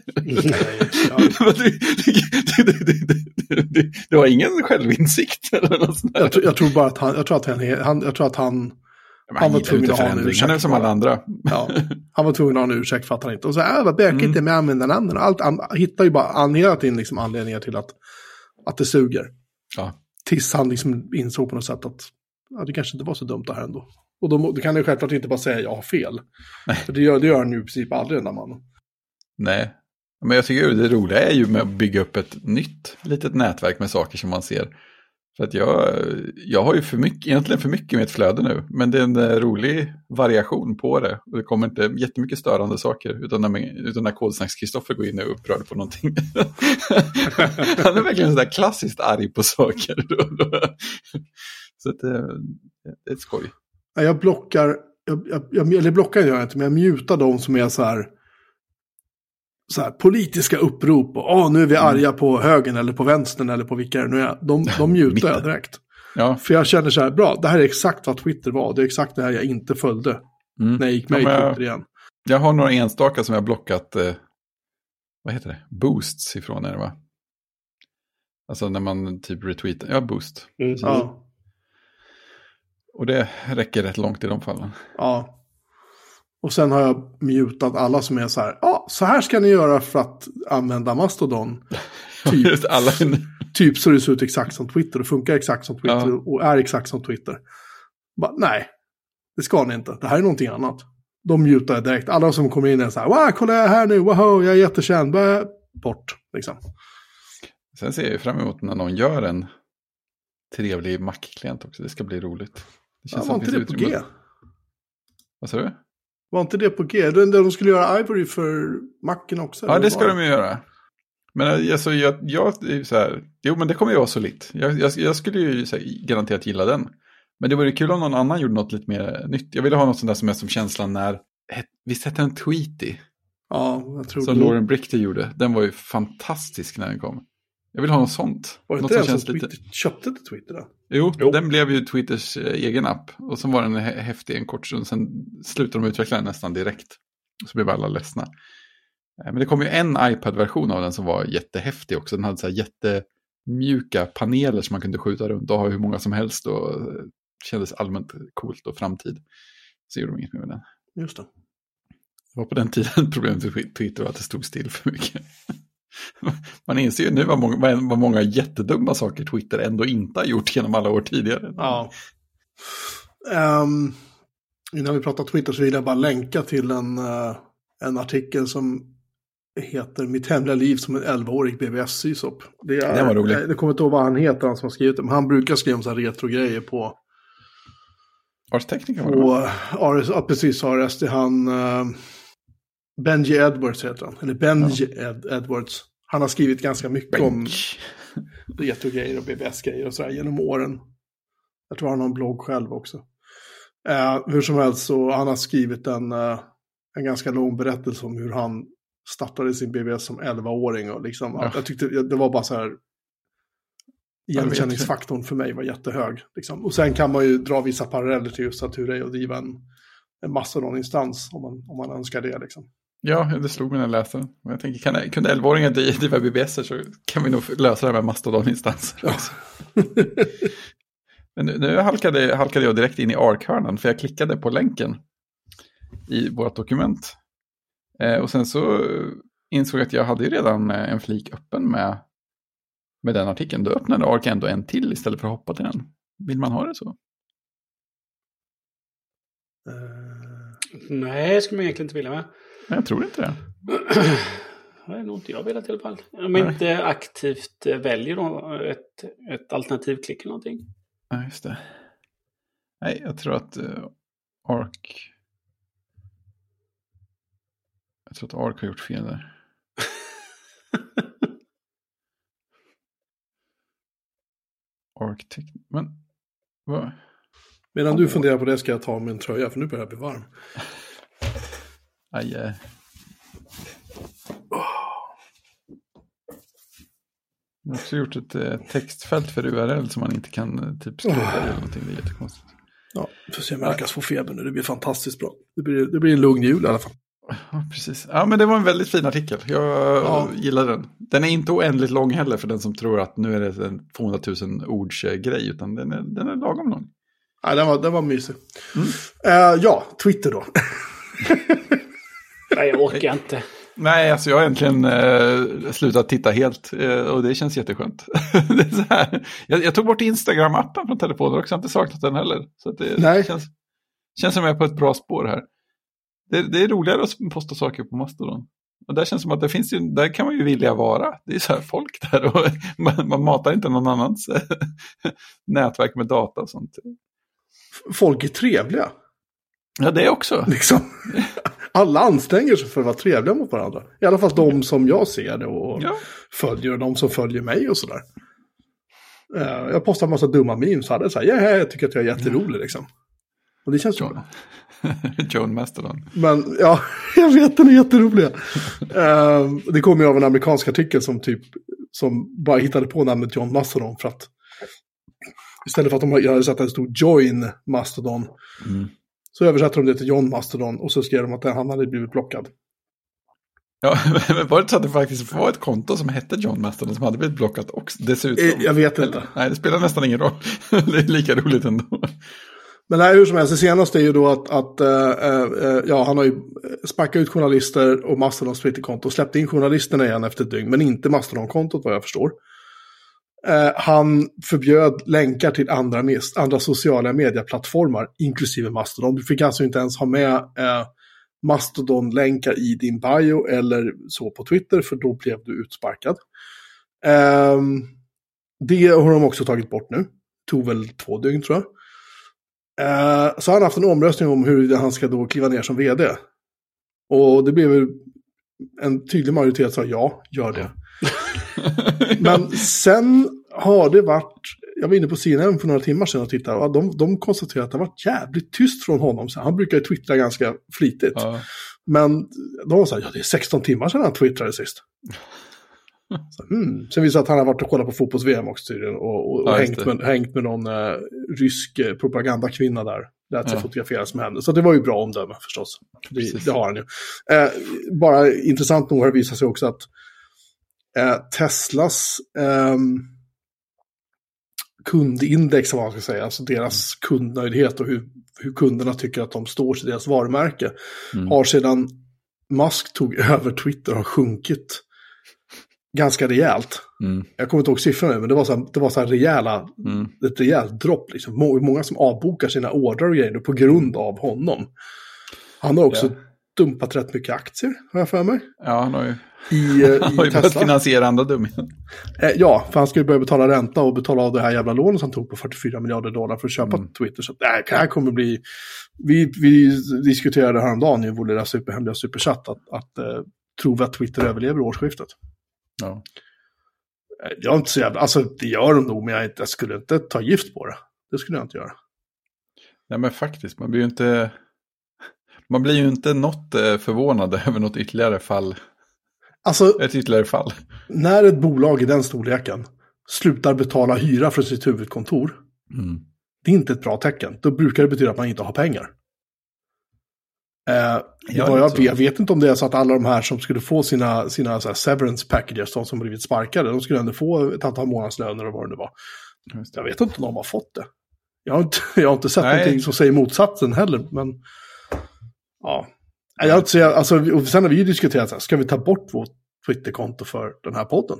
Det var ingen självinsikt eller något sånt där. Jag tror bara att han var tvungen att ha en ursäkt. Han är som alla andra. Ja, han var tvungen att ha en ursäkt för att han inte. Och så vad bökigt inte med användarnamnen. Han hittar ju bara hela tiden liksom anledningar till att det suger. Ja. Tills han liksom insåg på något sätt att det kanske inte var så dumt det här ändå. Och då kan det självklart inte bara säga jag har fel. För det gör han ju i princip aldrig den där mannen. Nej, men jag tycker det roliga är ju med att bygga upp ett nytt litet nätverk med saker som man ser. För att jag har ju egentligen för mycket med ett flöde nu. Men det är en rolig variation på det. Och det kommer inte jättemycket störande saker. Utan när Kodsnacks-Kristoffer går in och är upprörd på någonting. Han är verkligen sådär klassiskt arg på saker. Så att det är ett skoj. Jag blockar, eller blockar jag inte, men jag mutar de som är så här politiska upprop och nu är vi arga på högen eller på vänstern eller på vilka det nu är. De mutar jag direkt. Ja. För jag känner så här, bra, det här är exakt vad Twitter var. Det är exakt det här jag inte följde när jag gick med i Twitter igen. Jag har några enstaka som jag har blockat, vad heter det? Boosts ifrån är det, va? Alltså när man typ retweetar, ja, boost. Ja. Och det räcker rätt långt i de fallen. Ja. Och sen har jag mutat alla som är så här, så här ska ni göra för att använda Mastodon. Typ så det ser ut exakt som Twitter och funkar exakt som Twitter och är exakt som Twitter. Nej, det ska ni inte. Det här är någonting annat. De mutar direkt. Alla som kommer in är så här, wow, kolla här nu, wow, jag är jättekänd. Bort, liksom. Sen ser jag fram emot när någon gör en trevlig Mac-klient också. Det ska bli roligt. Var inte det på G? Vad sa du? Var inte det på G? Där de skulle göra Ivory för Macen också? Ja, det ska de ju göra. Men alltså, jag är så här... Jo, men det kommer ju vara solitt. Jag skulle ju så här, garanterat gilla den. Men det vore kul om någon annan gjorde något lite mer nytt. Jag ville ha något sånt där som är som känslan när... Visst hette den Tweety? Ja, jag tror som Lauren Brichter gjorde. Den var ju fantastisk när den kom. Jag vill ha något sånt. Var det något inte som den känns som lite... köpte till Twitter då? Jo, den blev ju Twitters egen app. Och så var den häftig en kort stund. Sen slutade de utveckla den nästan direkt. Och så blev alla ledsna. Men det kom ju en iPad-version av den som var jättehäftig också. Den hade så här jättemjuka paneler som man kunde skjuta runt och ha hur många som helst. Och kändes allmänt coolt och framtid. Så gjorde de inget med den. Just det. Det var på den tiden problemet med Twitter var att det stod still för mycket. Man inser ju nu vad många jättedumma saker Twitter ändå inte har gjort genom alla år tidigare. Ja. Innan vi pratar Twitter så vill jag bara länka till en artikel som heter Mitt hemliga liv som en 11-årig BBS-sysop. Det var roligt. Det kommer inte ihåg vad han heter, han som har skrivit det. Men han brukar skriva om så här retro-grejer på... Ars Technica var det? Ja, precis. Ars, det är han... Benji Edwards heter han. Eller Benji Edwards. Han har skrivit ganska mycket om retro-grejer och BBS-grejer och sådär genom åren. Jag tror han har en blogg själv också. Hur som helst så han har skrivit en ganska lång berättelse om hur han startade sin BBS som 11-åring. Och liksom, jag tyckte det var bara så här... Igenkänningsfaktorn för mig var jättehög. Liksom. Och sen kan man ju dra vissa paralleller till just att hur det är att driva en Mastodon-instans om man önskar det. Liksom. Ja, det slog mig när jag läste den. Jag tänker, kunde 11-åringar driva BBS så kan vi nog lösa det med Mastodon-instanser också. Men nu halkade jag direkt in i ARC-hörnan för jag klickade på länken i vårt dokument. Och sen så insåg jag att jag hade ju redan en flik öppen med den artikeln. Då öppnade ARC ändå en till istället för att hoppa till den. Vill man ha det så? Nej, ska man egentligen inte vilja med. Men jag tror inte det. Det är nog inte jag velat i alla fall. Om jag inte aktivt väljer då ett alternativklick eller någonting. Ja, just det. Nej, jag tror att ARC... Jag tror att ARC har gjort fel där. ARC men vad? Medan du funderar på det ska jag ta min tröja för nu börjar jag bli varm. Aj. Jag har också gjort ett textfält för URL som man inte kan typ skriva eller någonting. Det är jättekonstigt. Ja, får se om jag lyckas få feber nu. Det blir fantastiskt bra. Det blir en lugn jul i alla fall. Ja, precis. Ja, men det var en väldigt fin artikel. Jag gillar den. Den är inte oändligt lång heller för den som tror att nu är det en 200 000 ords grej, utan den är lagom lång. Ja, den var mysig. Twitter då. Nej, jag orkar inte. Nej, alltså jag har äntligen slutat titta helt och det känns jätteskönt. Det är så här. Jag tog bort Instagram-appen från telefonen och jag har inte saknat den heller. Så att det känns som jag är på ett bra spår här. Det är roligare att posta saker på Mastodon. Och där känns det som att det finns ju, där kan man ju vilja vara. Det är så här folk där och man matar inte någon annans nätverk med data och sånt. Folk är trevliga. Ja, det också. Liksom. Alla anstränger sig för att vara trevliga mot varandra. I alla fall de som jag ser det och följer och de som följer mig och sådär. Jag postar en massa dumma memes och hade så här, jag tycker att jag är jätterolig liksom. Och det känns bra. John Mastodon. Men ja, jag vet, den är jätteroliga. Det kommer ju av en amerikansk artikel som bara hittade på namnet John Mastodon för att istället för att jag hade sett att det stod Join Mastodon så översatte de det till John Mastodon och så skrev de att han hade blivit blockad. Ja, men var det så att det faktiskt var ett konto som hette John Mastodon som hade blivit blockat också dessutom? Jag vet inte. Nej, det spelar nästan ingen roll. Det är lika roligt ändå. Men nej, hur som helst, det senaste är ju då att han har ju sparkat ut journalister och Mastodons Twitterkonto och släppt in journalisterna igen efter ett dygn, men inte Mastodon-kontot vad jag förstår. Han förbjöd länkar till andra sociala medieplattformar, inklusive Mastodon. Du fick alltså inte ens ha med Mastodon-länkar i din bio eller så på Twitter, för då blev du utsparkad. Det har de också tagit bort nu. Tog väl 2 dygn tror jag. Så har han haft en omröstning om hur han ska då kliva ner som vd. Och det blev en tydlig majoritet sa ja, gör det. Men sen har det varit, jag var inne på CNN för några timmar sedan och tittade, och de konstaterade att det har varit jävligt tyst från honom. Så han brukar ju twittra ganska flitigt. Ja. Men de var så här, ja det är 16 timmar sedan han twittrade sist. Sen visade att han har varit och kollat på fotbolls-VM också tydligen och hängt med någon rysk propagandakvinna där. Lät sig fotograferas med henne. Så det var ju bra omdöme förstås. Det har han ju. Bara intressant nog har det visat sig också att Teslas kundindex, vad man ska säga, alltså deras kundnöjdhet och hur kunderna tycker att de står till deras varumärke, har sedan Musk tog över Twitter har sjunkit ganska rejält. Jag kommer inte ihåg siffrorna, men det var så här ett rejält dropp. Liksom. Många som avbokar sina ordrar och grejer på grund av honom. Han har också dumpat rätt mycket aktier, har jag för mig. Ja, han har ju i börjat finansiera andra dumheter. Ja, för han ska ju börja betala ränta och betala av det här jävla lånet som han tog på $44 miljarder för att köpa Twitter. Så det här kommer bli... Vi diskuterade häromdagen i vår lilla superhemliga superchatt att tror vi att Twitter överlever årsskiftet. Ja. Jag är inte så jävla... Alltså, det gör de nog, men jag skulle inte ta gift på det. Det skulle jag inte göra. Nej, men faktiskt, man blir ju inte något förvånad över något ytterligare fall. Alltså, ett ytterligare fall. När ett bolag i den storleken slutar betala hyra för sitt huvudkontor, det är inte ett bra tecken. Då brukar det betyda att man inte har pengar. Jag vet inte om det är så att alla de här som skulle få sina så här severance packages, de som blivit sparkade, de skulle ändå få ett antal månadslöner och vad det var. Jag vet inte om de har fått det. Jag har inte sett någonting som säger motsatsen heller, men ja. Jag inte säga, alltså, och sen har vi ju diskuterat så här, ska vi ta bort vårt Twitterkonto för den här podden?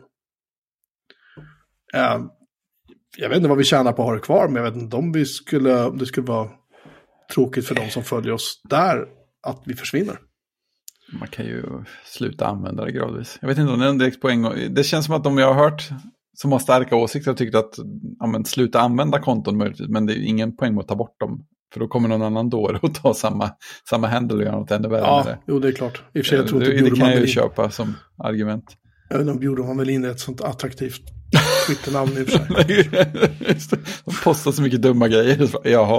Jag vet inte vad vi tjänar på att ha det kvar, men jag vet inte om det skulle vara tråkigt för de som följer oss där att vi försvinner. Man kan ju sluta använda det gradvis. Jag vet inte om det är en direkt poäng. Det känns som att de jag har hört som har starka åsikter har tyckt att sluta använda konton möjligtvis, men det är ingen poäng med att ta bort dem. För då kommer någon annan då och ta samma händel och göra något ännu värre med det. Jo, det är klart. I och för sig, jag tror det kan jag ju köpa som argument. Jag vet inte om bjuder man väl in ett sånt attraktivt Twitter-namn i och för sig. De postar så mycket dumma grejer. Jaha.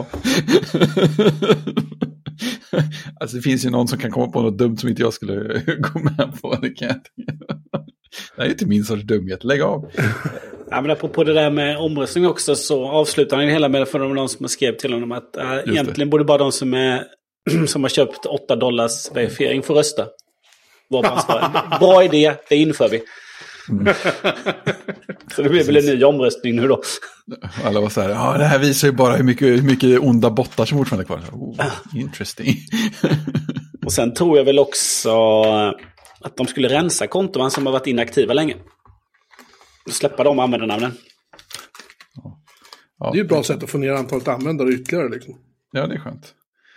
Alltså det finns ju någon som kan komma på något dumt som inte jag skulle gå med på. Det kan jag inte. Det är inte min sorts dumhet. Lägg av. Ja, men apropå det där med omröstning också, så avslutar han hela med för någon som skrev till honom att egentligen borde bara de som har köpt $8 verifiering få rösta. Bra idé, det inför vi. Så det blir väl en ny omröstning nu då. Alla var så här, det här visar ju bara hur mycket onda bottar som fortfarande är kvar. Interesting. Och sen tror jag väl också att de skulle rensa konton som har varit inaktiva länge. Släppa de användarnamnen. Ja. Det är ju ett bra sätt att få ner antalet användare ytterligare liksom. Ja, det är skönt.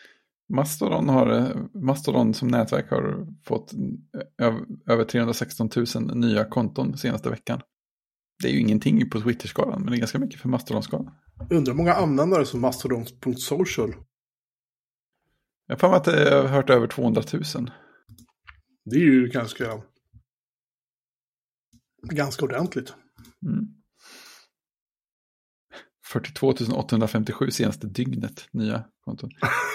Mastodon som nätverk har fått över 316 000 nya konton senaste veckan. Det är ju ingenting på Twitter-skalan, men det är ganska mycket för Mastodon-skalan. Undrar många användare som Mastodon.social. Jag får att jag har hört över 200 000. Det är ju ganska ordentligt. 42 857 senaste dygnet nya konton.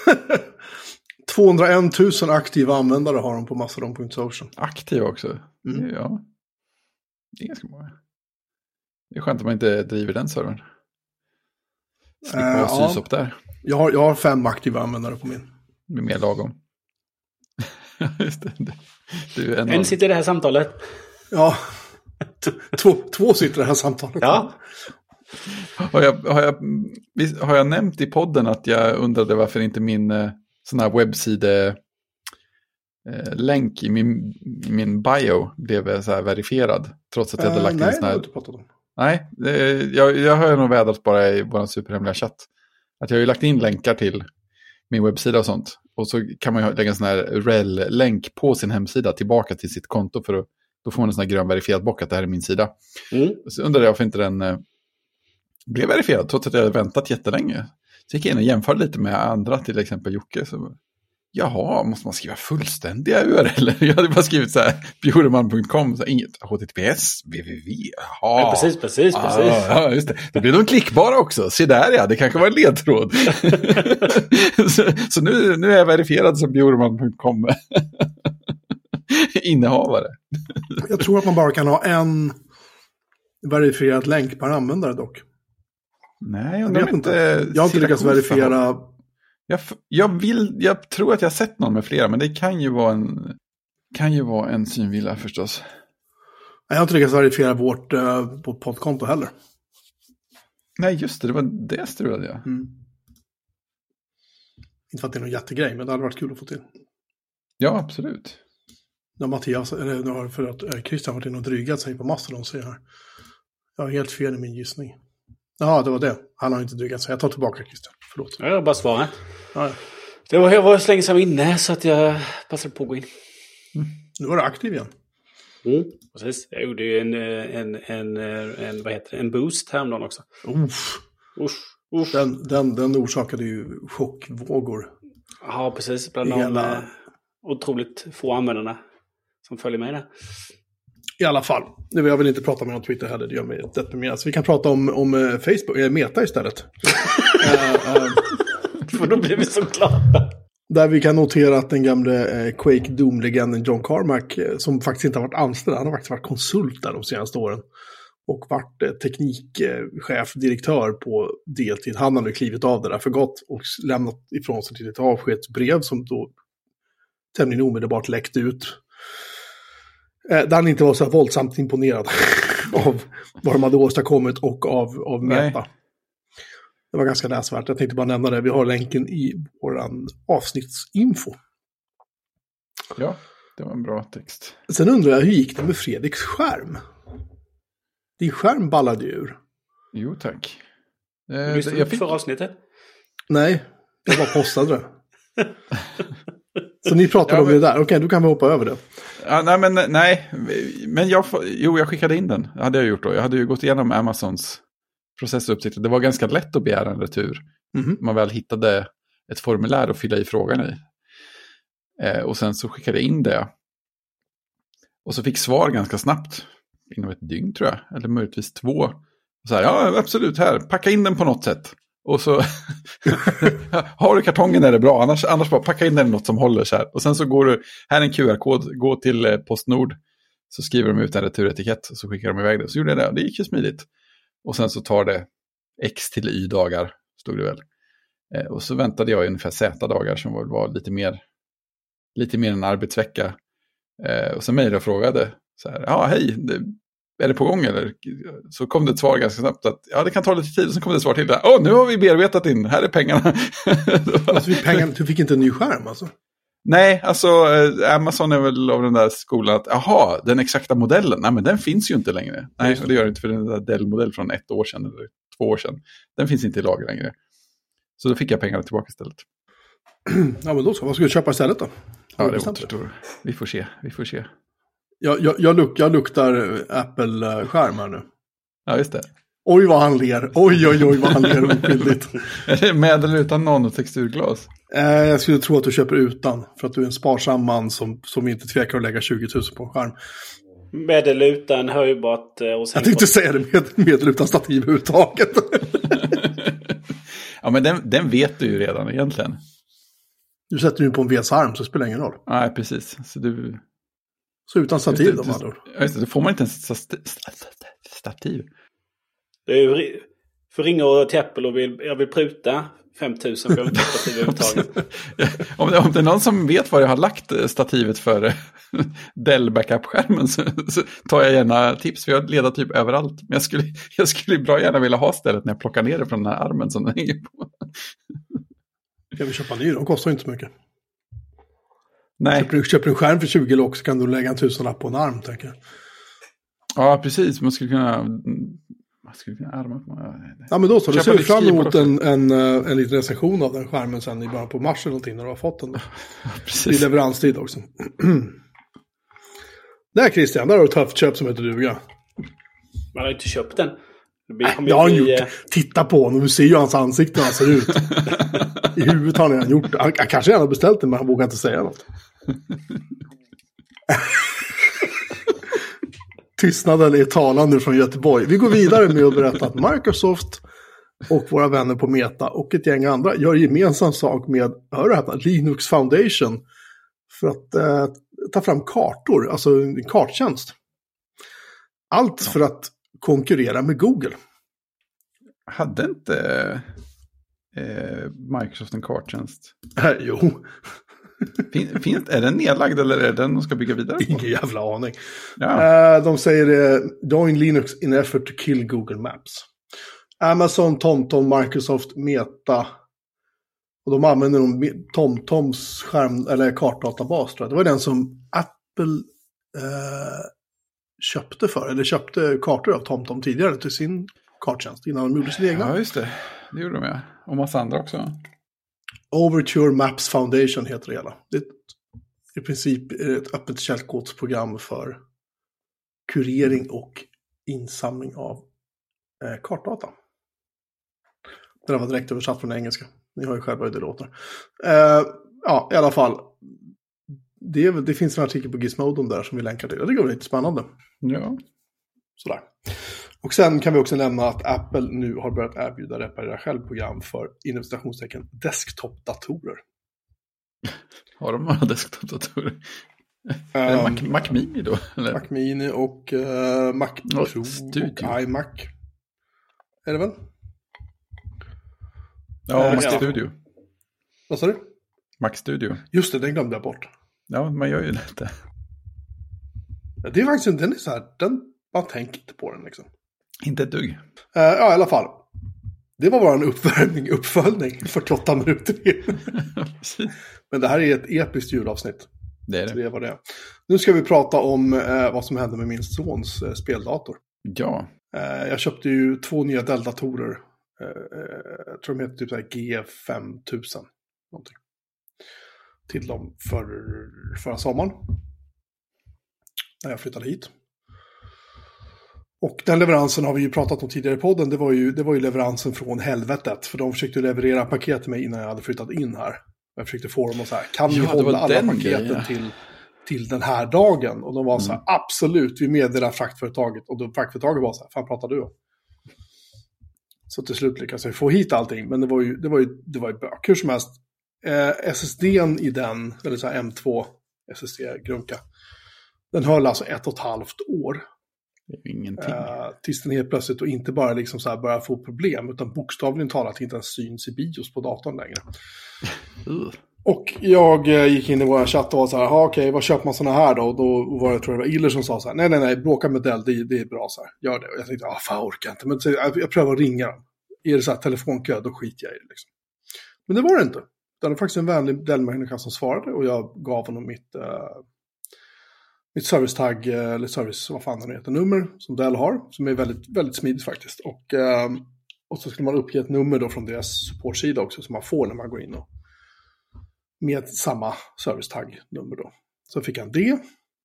201 000 aktiva användare har de på Mastodon.social. Aktiva också? Ja. Det är ganska många. Det är skönt att man inte driver den servern. Slippa ha sys upp där. Jag har 5 aktiva användare på min. Det är mer lagom. Just det. Du är en sitter i det här samtalet. Ja. Två sitter i det här samtalet. Ja. Har jag nämnt i podden att jag undrade varför inte min sån här webbsida länk i min bio blev så här verifierad trots att jag hade lagt in sån här. Nej, jag har nog vädrat bara i vår superhemliga chatt att jag har ju lagt in länkar till min webbsida och sånt, och så kan man ju lägga en sån här rel-länk på sin hemsida tillbaka till sitt konto, för då får man en sån här grön verifierad bock att det här är min sida. Så undrade jag varför inte den blev verifierad trots att jag hade väntat jättelänge. Så gick jag in och jämförde lite med andra, till exempel Jocke. Så, jaha, måste man skriva fullständiga URL? Jag hade bara skrivit så här, bjureman.com, så inget HTTPS, www, jaha. Ja, precis. Ja, just det. Det blir de klickbara också. Se där, ja, det kanske var en ledtråd. så nu är jag verifierad som bjureman.com innehavare. Jag tror att man bara kan ha en verifierad länk per användare dock. Nej, jag vet inte. Jag har inte lyckats verifiera. Jag tror att jag har sett någon med flera, men det kan ju vara en synvilla förstås. Jag har inte lyckats verifiera vårt på poddkonto heller. Nej, just det var det strulade jag. Inte för att det är någon jättegrej, men det hade varit kul att få till. Ja, absolut. Christian har varit inne och drygat sig på Mastodon, säger här. Jag har helt fel i min gissning. Ja, det var det. Han har inte drygat sig. Jag tar tillbaka Christian. Förlåt. Jag har bara svarat. Ja. Jag var så länge sedan inne så att jag passade på att gå in. Nu var du aktiv igen. Precis. Jag gjorde ju en boost häromdagen också. Usch. Den orsakade ju chockvågor. Ja, precis. Bland de otroligt få användarna som följer med där. I alla fall. Nu jag vill inte prata mer om Twitter heller. Det gör mig deprimerad. Så vi kan prata om Facebook, Meta istället. För då blir vi så glada. Där vi kan notera att den gamle Quake Doom-legenden John Carmack, som faktiskt inte har varit anställd, han har faktiskt varit konsult där de senaste åren. Och varit teknikchef, direktör på deltid. Han har nu klivit av det där för gott och lämnat ifrån sig till ett avskedsbrev som då tämligen omedelbart läckte ut. Där han inte var så våldsamt imponerad av vad de hade åstadkommit och av Meta. Nej. Det var ganska läsvärt. Jag tänkte bara nämna det. Vi har länken i våran avsnittsinfo. Ja, det var en bra text. Sen undrar jag, hur gick det med Fredriks skärm? Din skärm ballade ur. Jo, tack. Jag fick förra avsnittet? Nej, jag bara postade det. Så ni pratade om det där. Okej, då kan vi hoppa över det. Ja, men jag skickade in den. Det hade jag gjort då. Jag hade ju gått igenom Amazons processuppsikt. Det var ganska lätt att begära en retur. Man väl hittade ett formulär att fylla i frågan i. Och sen så skickade jag in det. Och så fick svar ganska snabbt. Inom ett dygn tror jag. Eller möjligtvis 2. Och så här, ja absolut, här. Packa in den på något sätt. Och så har du kartongen är det bra. Annars bara packa in den i något som håller så här. Och sen så går du, här är en QR-kod. Gå till Postnord. Så skriver de ut en returetikett. Och så skickar de iväg det. Så gjorde jag det. Det gick ju smidigt. Och sen så tar det X till Y-dagar. Stod det väl. Och så väntade jag ungefär Z-dagar. Som var lite mer en arbetsvecka. Och sen mejlade jag och frågade. Så här, ja hej, är det på gång eller? Så kom det ett svar ganska snabbt att ja, det kan ta lite tid. Och sen kom det ett svar till där. Nu har vi bearbetat in, här är pengarna. Alltså, du fick inte en ny skärm alltså? Nej, alltså Amazon är väl av den där skolan att jaha, den exakta modellen, nej men den finns ju inte längre. Nej, och det gör det inte för den där Dell-modell från 1 år sedan eller 2 år sedan. Den finns inte i lager längre. Så då fick jag pengarna tillbaka istället. Ja, men då så. Vad ska du köpa istället då? Ja, det återstår. Vi får se. Jag luktar Apple-skärm här nu. Ja, just det. Oj vad han ler. Oj vad han ler oskyldigt. Är det med eller utan nanotexturglas? Jag skulle tro att du köper utan. För att du är en sparsam man som inte tvekar att lägga 20 000 på en skärm. Med eller utan höjbart. Jag tänkte säga det med eller utan stativ överhuvudtaget. Ja, men den vet du ju redan egentligen. Du sätter ju på en VS-arm så spelar det ingen roll. Nej, precis. Så utan stativ då, Mador? Just det, då får man inte ens stativ. Det är ju för ringa till Apple och jag vill pruta 5 000 för jag vill stativ överhuvudtaget. Om det är någon som vet vad jag har lagt stativet för Dell backup-skärmen så tar jag gärna tips. För jag leder typ överallt. Men jag skulle bra gärna vilja ha stället när jag plockar ner det från den här armen som den hänger på. Kan vi köpa ny? De kostar inte så mycket. Nej. Köper en skärm för 20 lock så kan du lägga en 1000-lapp på en arm, tänker jag. Ja, precis. Man skulle kunna arma på. Ja, men då så. Du ser fram emot en liten recension av den skärmen sen i början på mars eller någonting när du har fått den. Precis. Det är leveranstid också. Där Christian, där har du ett höftköp som heter duga. Man har inte köpt den. Det har han gjort. Titta på honom, du ser ju hans ansikte hur han ser ut. I huvudet har han gjort det. Han kanske redan har beställt det, men han vågar inte säga något. Tystnaden är talande från Göteborg. Vi går vidare med att berätta att Microsoft och våra vänner på Meta och ett gäng andra gör gemensam sak med, hör du här, Linux Foundation för att ta fram kartor, alltså en karttjänst. Allt för att konkurrera med Google. Hade inte Microsoft en karttjänst? Jo. Är den nedlagd eller är den de ska bygga vidare på? Ingen jävla aning. Ja. De säger join Linux in effort to kill Google Maps. Amazon, TomTom, Microsoft, Meta. Och de använder TomToms kartdatabas, tror jag. Det var den som Apple köpte kartor av TomTom tidigare till sin karttjänst innan de gjorde sin egna. Ja, just det. Det gjorde de, ja. Och massa andra också. Overture Maps Foundation heter det hela. Det är i princip ett öppet källkodsprogram för kurering och insamling av kartdata. Det var direkt översatt från engelska. Ni har ju själva hur det låter. Ja, i alla fall. Det finns en artikel på Gizmodo där som vi länkar till. Det går lite spännande. Ja. Sådär. Och sen kan vi också nämna att Apple nu har börjat erbjuda reparera självprogram för innovationstecken desktop-datorer. Har de några desktop-datorer? Mac Mini då? Eller? Mac Mini och Mac Pro och iMac. Är det väl? Ja, Mac Studio. Vad sa du? Mac Studio. Just det, den glömde jag bort. Ja, man gör ju lite. Ja, det är faktiskt inte, den är så här, man tänker inte på den liksom. Inte ett dugg. Ja, i alla fall. Det var bara en uppföljning 48 minuter in. Men det här är ett episkt julavsnitt. Det är det. Så det var det. Nu ska vi prata om vad som hände med min sons speldator. Ja. Jag köpte ju 2 nya Dell-datorer. Jag tror de heter typ så här G5000. Någonting. Till dem förra sommaren. När jag flyttade hit. Och den leveransen har vi ju pratat om tidigare i podden. Det var ju leveransen från helvetet. För de försökte leverera paket till mig innan jag hade flyttat in här. Jag försökte få dem och så här, kan vi hålla alla paketen till den här dagen? Och de var så här, absolut, vi meddelar fraktföretaget. Och då fraktföretaget var så här, fan pratar du om? Så till slut lyckades jag få hit allting. Men det var ju bök. Hur som helst, SSD:n i den, eller så här M2 SSD-grunka, den höll alltså 1,5 år. Det är ingenting. Tills den helt plötsligt och inte bara liksom så här börjar få problem, utan bokstavligen talat inte ens syns i bios på datorn längre. Och jag gick in i vår chatt och var så här, okej, vad köper man såna här då? Och då var det, tror jag det var Iller som sa så här, nej, bråka med Dell, det är bra så här, gör det. Och jag tänkte, fan jag orkar inte, men så, jag prövar att ringa dem. Är det så här telefonkö, då skiter jag i det liksom. Men det var det inte. Det var faktiskt en vänlig Dell-människa som svarade och jag gav honom mitt servicetagg, eller service, vad fan det heter, nummer som Dell har, som är väldigt, väldigt smidigt faktiskt. Och så skulle man uppge ett nummer då från deras supportsida också, som man får när man går in och med samma servicetagg-nummer då. Så fick han det.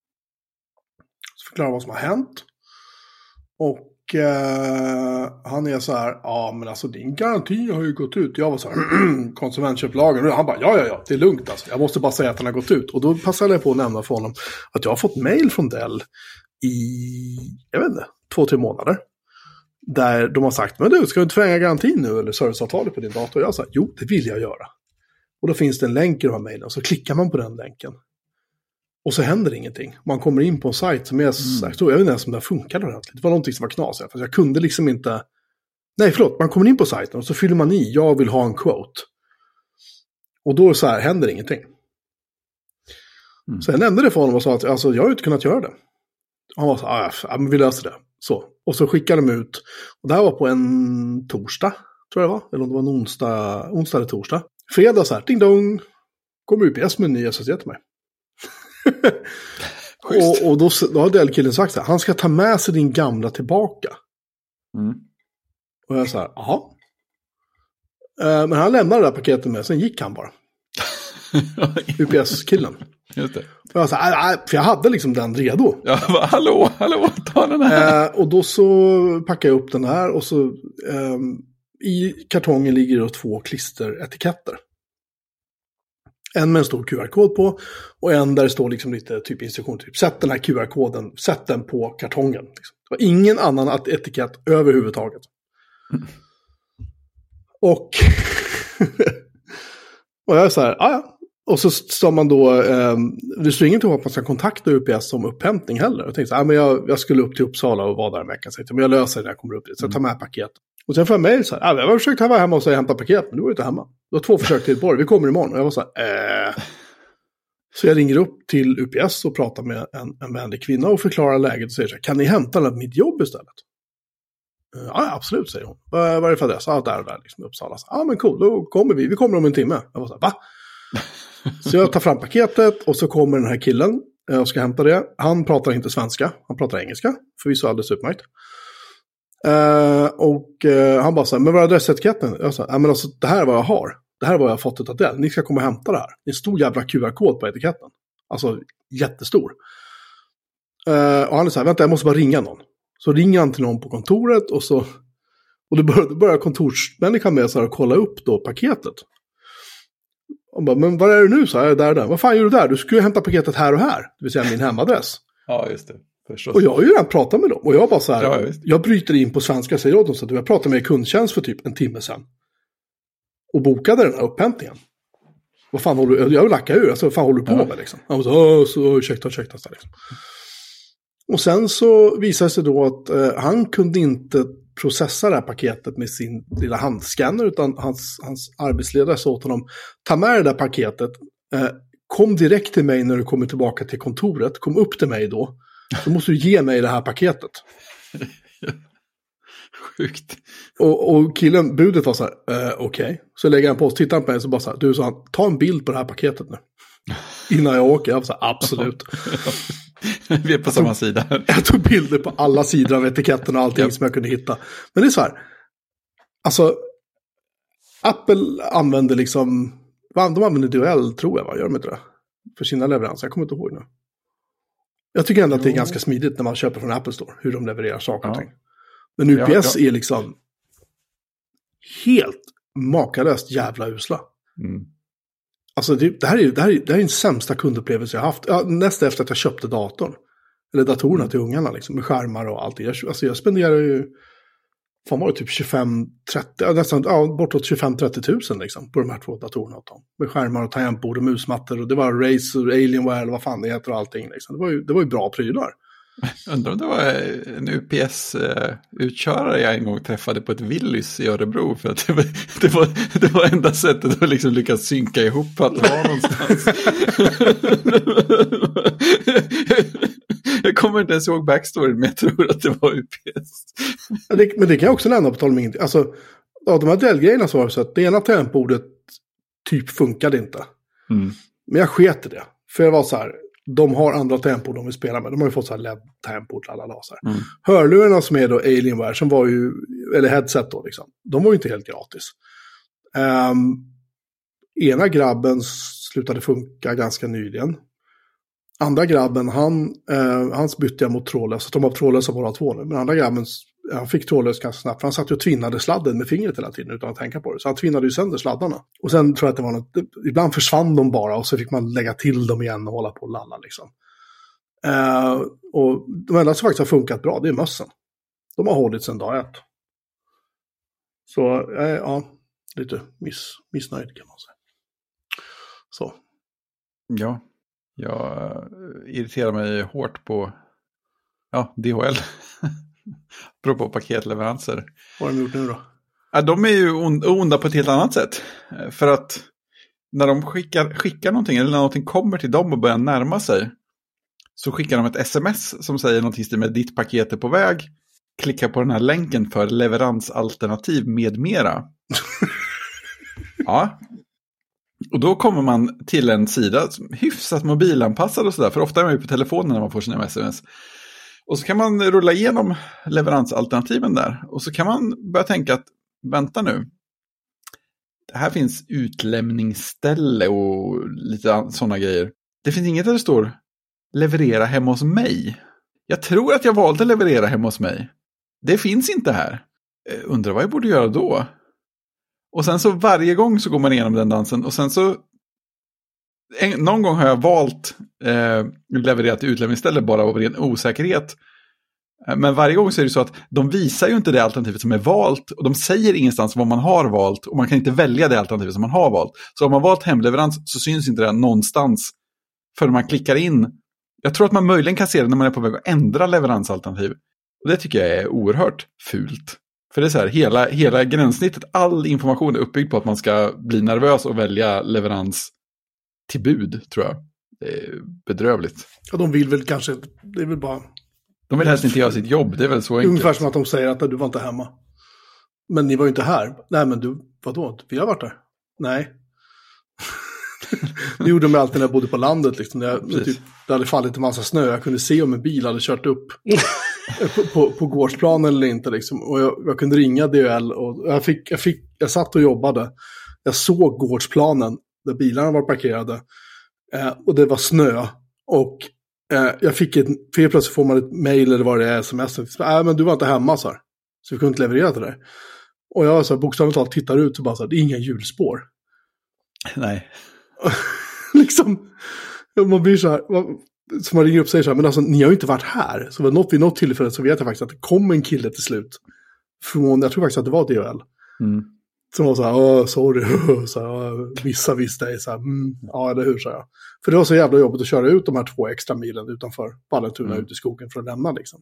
Så förklarar vad som har hänt. Och han är så här, ja men alltså din garanti har ju gått ut. Jag var så här, konsumentköplagen. Och han bara, ja, det är lugnt alltså. Jag måste bara säga att den har gått ut. Och då passade jag på att nämna för honom att jag har fått mail från Dell i, jag vet inte, 2-3 månader. Där de har sagt, men du, ska du inte förlänga garantin nu eller serviceavtalet på din dator? Och jag sa, jo, det vill jag göra. Och då finns det en länk i de här mejlen. Så klickar man på den länken. Och så händer ingenting. Man kommer in på en sajt som är, jag vet inte ens om det funkar ordentligt. Det var någonting som var knasigt. För jag kunde liksom inte... Nej, förlåt. Man kommer in på sajten och så fyller man i, jag vill ha en quote. Och då så här, händer ingenting. Så jag nämnde det för honom och sa att alltså, jag har inte kunnat göra det. Och han var så här, men vi löser det. Så. Och så skickade de ut. Och det här var på en torsdag, tror jag det var. Eller om det var en onsdag eller torsdag. Fredag så här, ding dong. Kommer UPS med en ny SSD till mig. och då har Dell-killen sagt så här, han ska ta med sig din gamla tillbaka. Och jag sa, jaha. Men han lämnade det där paketet med, sen gick han bara. UPS-killen. Just det. Och jag sa, för jag hade liksom den redo. Ja, hallå, ta den här. Och då så packade jag upp den här och så i kartongen ligger då 2 klisteretiketter. En med en stor QR-kod på och en där det står liksom lite typ instruktion. Typ, sätt den här QR-koden, sätt den på kartongen. Liksom. Det var ingen annan etikett överhuvudtaget. Och jag är så här, ja. Och så står man då, det står ingenting om att man ska kontakta UPS om upphämtning heller. Jag tänkte så här, men jag skulle upp till Uppsala och vara där en vecka. Så men jag löser det när jag kommer upp dit. Så jag tar med paket. Och sen får jag mejl så här, jag har försökt vara hemma och säga hämta paket, men du var inte hemma. Du har 2 försök till Borg, vi kommer imorgon. Och jag var så här, Så jag ringer upp till UPS och pratar med en vänlig kvinna och förklarar läget och säger så här, kan ni hämta den mitt jobb istället? Ja, absolut, säger hon. Vad är det för adress? Ja, där och där, liksom Uppsala. Ja, men cool, då kommer vi kommer om en timme. Jag var så här, va? Så jag tar fram paketet och så kommer den här killen och ska hämta det. Han pratar inte svenska, han pratar engelska. Förvisso alldeles utmärkt. Han bara så här, men vad är adressetiketten? Jag sa, men alltså det här är vad jag har. Det här är vad jag har fått utav det. Ni ska komma och hämta det här. Det är en stor jävla QR-kod på etiketten. Alltså jättestor. Och han är så här, vänta jag måste bara ringa någon. Så ringer han till någon på kontoret och då börjar kontorsmänniskan med så här, att kolla upp då paketet. Och bara, men vad är det nu? Så här, där. Vad fan gör du där? Du skulle hämta paketet här och här. Det vill säga min hemadress. Ja, just det. Förstås. Och jag har ju redan pratat med dem. Och jag bara så här, jag bryter in på svenska, säger åt dem så att jag pratade med kundtjänst för typ en timme sedan. Och bokade den här upphämtningen. Vad fan håller du, jag lackar ur, alltså vad fan håller du på med liksom? Han var så, ursäkta. Så liksom. Och sen så visade det sig då att han kunde inte processa det här paketet med sin lilla handscanner, utan hans arbetsledare sa åt honom, ta med det där paketet, kom direkt till mig när du kommer tillbaka till kontoret, kom upp till mig då, så måste du ge mig det här paketet. Sjukt. Och killen, budet var så här, okej. Så lägger han på oss, tittar han på mig så bara så här, du sa han, ta en bild på det här paketet nu. Innan jag åker, jag var så här, absolut. Vi är på samma sida. Jag tog bilder på alla sidor av etiketten och allting som jag kunde hitta. Men det är så här, alltså, Apple använder liksom, de använder DHL tror jag, va? Gör de inte det? För sina leveranser, jag kommer inte ihåg nu. Jag tycker ändå att det är ganska smidigt när man köper från Apple Store, hur de levererar saker och ting. Men UPS är liksom helt makalöst jävla usla. Mm. Alltså det här är den sämsta kundupplevelse jag har haft. Ja, näst efter att jag köpte datorn. Eller datorerna till ungarna liksom, med skärmar och allt. Jag spenderar ju, fan var det typ 25-30, nästan bortåt 25-30 tusen liksom, på de här 2 datorerna åt dem. Med skärmar och tangentbord och musmattor. Och det var Razer, Alienware eller vad fan det heter och allting. Liksom. Det var ju bra prylar. Undrar om det var en UPS-utkörare jag en gång träffade på ett Willys i Örebro. För att det var enda sättet att liksom lyckas synka ihop att vara någonstans. Jag kommer inte ens ihåg backstoryn, men jag tror att det var UPS. Men det kan jag också nämna på tal om ingenting. Alltså, de här Dell-grejerna så var det så att det ena tangentbordet typ funkade inte. Mm. Men jag sket i det. För jag var så här, de har andra tangentbord de vill spela med. De har ju fått så här LED-tangentbord alla laser. Mm. Hörlurarna som är då Alienware, som var ju, eller headset då liksom, de var ju inte helt gratis. Ena grabben slutade funka ganska nyligen. Andra grabben, hans bytte jag mot trådlös. De har trådlösa bara 2 nu. Men andra grabben, han fick trådlös ganska snabbt. För han satt ju och tvinnade sladden med fingret hela tiden utan att tänka på det. Så han tvinnade ju sönder sladdarna. Och sen tror jag att det var något, ibland försvann de bara och så fick man lägga till dem igen och hålla på och lalla liksom. Och de enda som faktiskt har funkat bra, det är mössen. De har hållit sedan dag 1. Så ja, lite missnöjd kan man säga. Så. Ja. Jag irriterar mig hårt på DHL. Apropå paketleveranser. Vad har de gjort nu då? Ja, de är ju onda på ett helt annat sätt. För att när de skickar någonting, eller när någonting kommer till dem och börjar närma sig, så skickar de ett sms som säger någonting till med ditt paket är på väg. Klicka på den här länken för leveransalternativ med mera. Ja. Och då kommer man till en sida hyfsat mobilanpassad och sådär. För ofta är man ju på telefonen när man får sina sms. Och så kan man rulla igenom leveransalternativen där. Och så kan man börja tänka att, vänta nu. här finns utlämningsställe och lite sådana grejer. Det finns inget där det står leverera hemma hos mig. Jag tror att jag valde leverera hemma hos mig. Det finns inte här. Undrar vad jag borde göra då. Och sen så varje gång så går man igenom den dansen. Och sen så någon gång har jag valt leverera till utlämningsställe bara av ren osäkerhet. Men varje gång så är det så att de visar ju inte det alternativet som är valt. Och de säger ingenstans vad man har valt. Och man kan inte välja det alternativet som man har valt. Så om man valt hemleverans så syns inte det någonstans förrän man klickar in. Jag tror att man möjligen kan se det när man är på väg att ändra leveransalternativ. Och det tycker jag är oerhört fult. För det är så här, hela gränssnittet, all information är uppbyggd på att man ska bli nervös och välja leverans till bud, tror jag. Det är bedrövligt. Ja, de vill väl kanske, det är väl bara... De vill helst inte göra sitt jobb, det är väl så enkelt. Ungefär som att de säger att du var inte hemma. Men ni var ju inte här. Nej, men du, vadå? Vi har varit där. Nej. Det gjorde de alltid när jag bodde på landet. Liksom. Det hade fallit en massa snö. Jag kunde se om en bil hade kört upp på gårdsplanen eller inte. Liksom. Och jag kunde ringa DHL. Och jag satt och jobbade. Jag såg gårdsplanen där bilarna var parkerade. Och det var snö. Och jag fick för plötsligt får man ett mejl eller vad det är, sms. Men du var inte hemma, så här. Så vi kunde inte leverera till dig. Och jag så här, bokstavligt talat tittar ut och bara så här, det är inga hjulspår. Nej. Liksom, man blir så här, så man ringer upp och säger så här, men alltså ni har ju inte varit här. Så vid något tillfälle så vet jag faktiskt att det kom en kille till slut. Jag tror faktiskt att det var DHL. Som var så här, sorry, så här, vissa visste dig, så här, ja eller hur, så jag. För det var så jävla jobbigt att köra ut de här 2 extra milen utanför Vallentuna ut i skogen för att lämna liksom.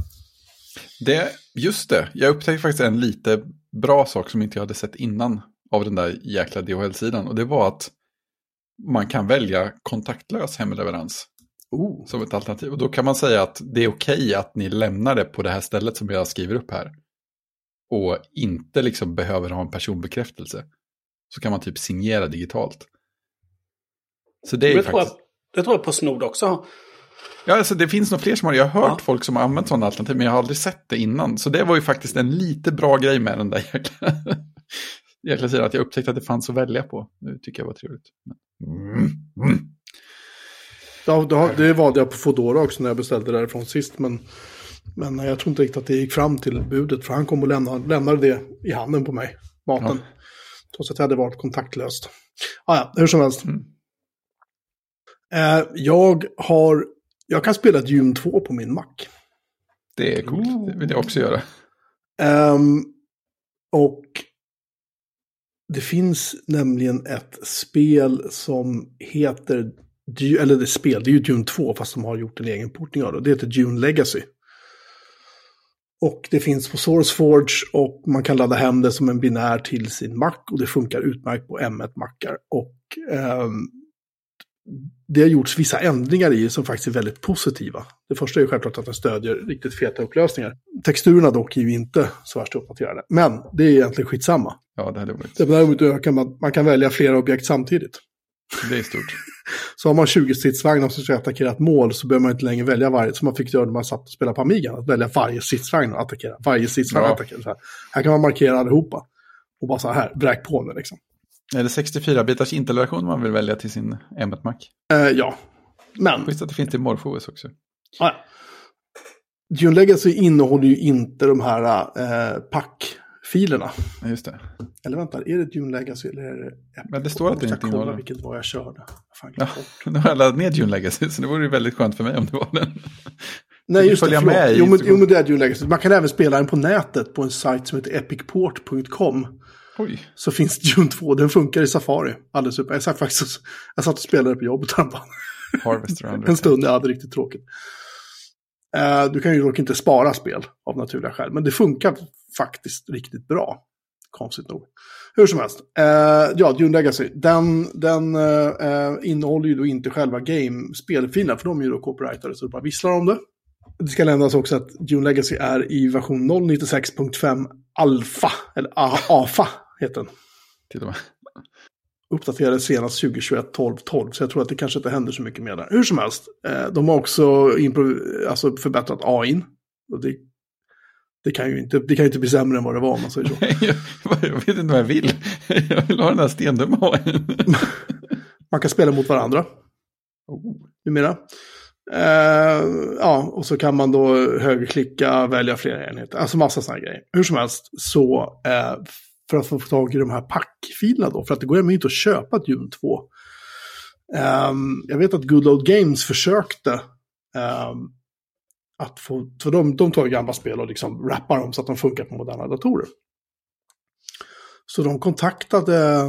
Just det, jag upptäckte faktiskt en lite bra sak som inte jag hade sett innan av den där jäkla DHL-sidan. Och det var att man kan välja kontaktlös hemleverans som ett alternativ. Och då kan man säga att det är okej att ni lämnar det på det här stället som jag skriver upp här. Och inte liksom behöver ha en personbekräftelse. Så kan man typ signera digitalt. Så det är faktiskt... Det tror jag på Snord också. Ja, alltså det finns nog fler som har... Jag har hört folk som har använt sådana alternativ, men jag har aldrig sett det innan. Så det var ju faktiskt en lite bra grej med den där jäkla sidan. Att jag upptäckte att det fanns att välja på. Det tycker jag var trevligt. Ja, det valde jag på Foodora också när jag beställde därifrån sist. Men jag tror inte riktigt att det gick fram till budet. För han kom och lämnade det i handen på mig. Maten. Ja. Trots att det hade varit kontaktlöst. Ja, hur som helst. Jag kan spela Dune 2 på min Mac. Det är coolt. Det vill jag också göra. Och det finns nämligen ett spel som heter... Eller det är ju Dune 2 fast de har gjort en egen portning av det. Det heter Dune Legacy. Och det finns på SourceForge och man kan ladda hem det som en binär till sin Mac och det funkar utmärkt på M1-mackar. Och det har gjorts vissa ändringar i som faktiskt är väldigt positiva. Det första är ju självklart att den stödjer riktigt feta upplösningar. Texturerna dock är ju inte så värst uppdaterade. Men det är egentligen skitsamma. Ja, det hade varit. Däremot man kan välja flera objekt samtidigt. Det är stort. Så har man 20 stridsvagnar som ska attackera ett mål så behöver man inte längre välja varje, som man fick göra när man satt och spelade på Amiga, att välja varje stridsvagn och attackera. Varje stridsvagn attackera. Så här kan man markera allihopa. Och bara så här, bräk på det liksom. Är det 64-bitars Intel-version man vill välja till sin M1 Mac? Ja, men... Visst att det finns till MorphOS också. Ja. Dune Legacy innehåller ju inte de här packfilerna. Ja, just det. Eller vänta, är det Dune Legacy eller är det... Men det står att det inte innehåller. Vilket var jag körde. Ja, nu har jag laddat ner Dune Legacy, så det vore ju väldigt skönt för mig om det var den. Nej, just det, med jo, men det är Dune Legacy. Man kan även spela den på nätet på en sajt som heter epicport.com. Oj. Så finns Dune 2, den funkar i Safari. Alldeles upp. Jag satt och spelade på jobbet en stund, jag hade riktigt tråkigt. Du kan ju dock inte spara spel av naturliga skäl, men det funkar faktiskt riktigt bra. Konstigt nog. Hur som helst. Dune Legacy, den innehåller ju då inte själva spelfilerna, för de är ju då copyrightade, så det bara visslar om det. Det ska lämnas också att Dune Legacy är i version 0.96.5 Alpha, eller AFA heter den. Till och med. Uppdaterades senast 2021-12, så jag tror att det kanske inte händer så mycket mer där. Hur som helst, de har också förbättrat AI:n. Och det Det kan ju inte bli sämre än vad det var, om man säger så. Jag vet inte vad jag vill. Jag vill ha den här stendöma hajen. Man kan spela mot varandra. Numera. Ja, och så kan man då högerklicka, välja flera enheter. Alltså massa sådana grejer. Hur som helst, så för att få tag i de här packfilerna då, för att det går ju inte att köpa Dune 2. Jag vet att Good Old Games försökte att få, för de tar ju gamla spel och liksom rappar dem så att de funkar på moderna datorer. Så de kontaktade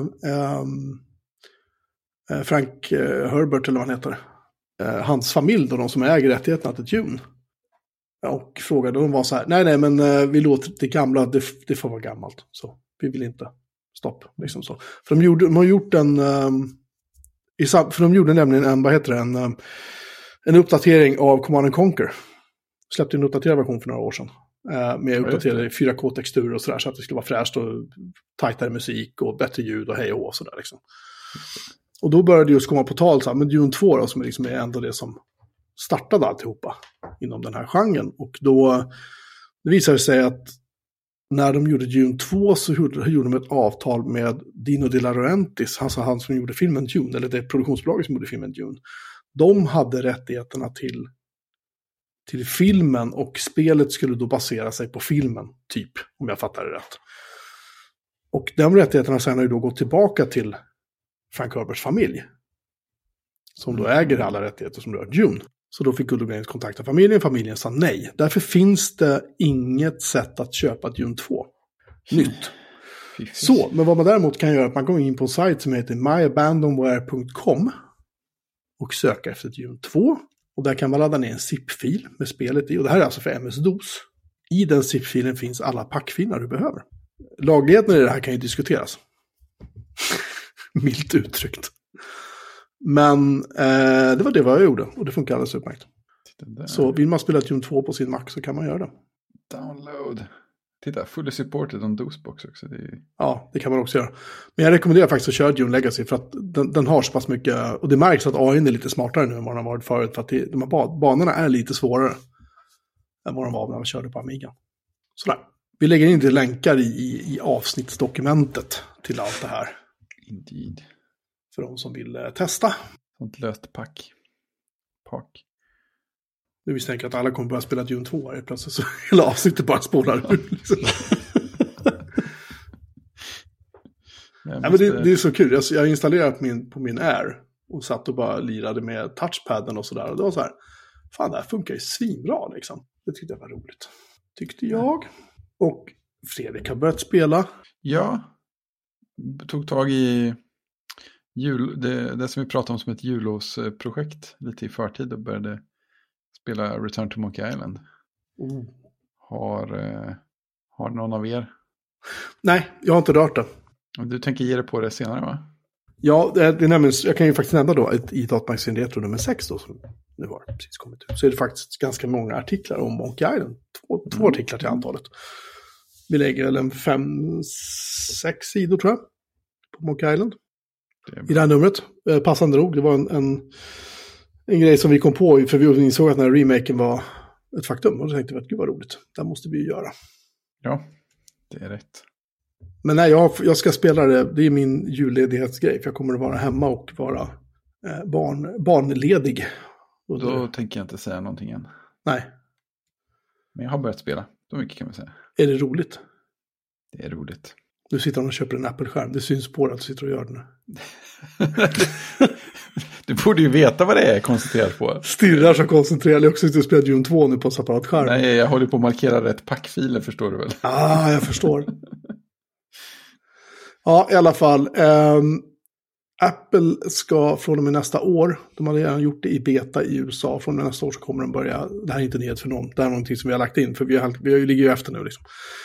Frank Herbert, eller vad han heter, hans familj då, de som äger rättigheterna till Dune. Och frågade, de var så här, nej men vi låter det gamla, det får vara gammalt. Så vi vill inte, stopp, liksom så. För de har gjort för de gjorde nämligen en uppdatering av Command & Conquer. Släppte en uppdaterad version för några år sedan. Med uppdaterade 4K-texturer och sådär, så att det skulle vara fräscht och tajtare musik och bättre ljud och hej och sådär liksom. Och då började just komma på tal så här, men Dune 2 då, som liksom är ändå det som startade alltihopa inom den här genren. Och då det visade sig att när de gjorde Dune 2 så gjorde de ett avtal med Dino De Laurentiis, alltså han som gjorde filmen Dune, eller det produktionsbolaget som gjorde filmen Dune. De hade rättigheterna till filmen, och spelet skulle då basera sig på filmen, typ, om jag fattar det rätt. Och de rättigheterna sen har ju då gått tillbaka till Frank Herberts familj, som då äger alla rättigheter som rör Dune. Så då fick Good Old Games kontakta familjen sa nej. Därför finns det inget sätt att köpa Dune 2 nytt. Så, men vad man däremot kan göra är att man går in på en sajt som heter myabandonware.com och söka efter Dune 2. Och där kan man ladda ner en zip-fil med spelet i. Och det här är alltså för MS-DOS. I den zip-filen finns alla packfiler du behöver. Lagligheten i det här kan ju diskuteras. Milt uttryckt. Men det var det vad jag gjorde. Och det funkar alldeles utmärkt. Så vill man spela Dune 2 på sin Mac så kan man göra det. Download. Titta, fully supported on DOSBox också. Ja, det kan man också göra. Men jag rekommenderar faktiskt att köra Dune Legacy, för att den har så pass mycket, och det märks att AI är lite smartare nu än vad den har varit förut, för att de här banorna är lite svårare än vad de var när man körde på Amiga. Sådär. Vi lägger in lite länkar i avsnittsdokumentet till allt det här. Indeed. För de som vill testa. Sånt löst pack. Nu misstänker jag att alla kommer börja spela Dune 2 här plötsligt, så hela avsnittet bara spårar ur. Liksom. Nej, men det är så kul. Jag har installerat på min Air och satt och bara lirade med touchpadden och sådär. Och det var så här, fan, det här funkar ju svinbra liksom. Det tyckte jag var roligt. Tyckte jag. Och Fredrik har börjat spela. Ja, tog tag i det som vi pratade om som ett jullovsprojekt lite i förtid och började spela Return to Monkey Island. Har någon av er? Nej, jag har inte rört det. Du tänker ge det på det senare, va? Ja, det är nämligen, jag kan ju faktiskt nämna då i Datamagasin Retro nummer 6 då, som nu har precis kommit ut. Så är det faktiskt ganska många artiklar om Monkey Island. Två artiklar till antalet. Vi lägger väl 5-6 sidor tror jag på Monkey Island. I det här numret. Passande nog, det var en grej som vi kom på, för vi insåg att den här remaken var ett faktum. Och då tänkte vi att gud vad roligt, det måste vi ju göra. Ja, det är rätt. Men nej, jag ska spela det är min julledighetsgrej, för jag kommer att vara hemma och vara barnledig. Och då tänker jag inte säga någonting än. Nej. Men jag har börjat spela, så mycket kan man säga. Är det roligt? Det är roligt. Nu sitter han och köper en Apple-skärm. Det syns på att du sitter och gör det. Du borde ju veta vad det är koncentrerat på. Stirrar så koncentrerad. Jag också sitter och spelar Dune 2 nu på en separat skärm. Nej, jag håller på att markera rätt packfiler, förstår du väl? Jag förstår. Ja, i alla fall. Apple ska från och med nästa år, de har redan gjort det i beta i USA, från och med nästa år så kommer de börja, det här är inte nyhet för någon, det här är någonting som vi har lagt in, för vi ligger ju efter nu liksom.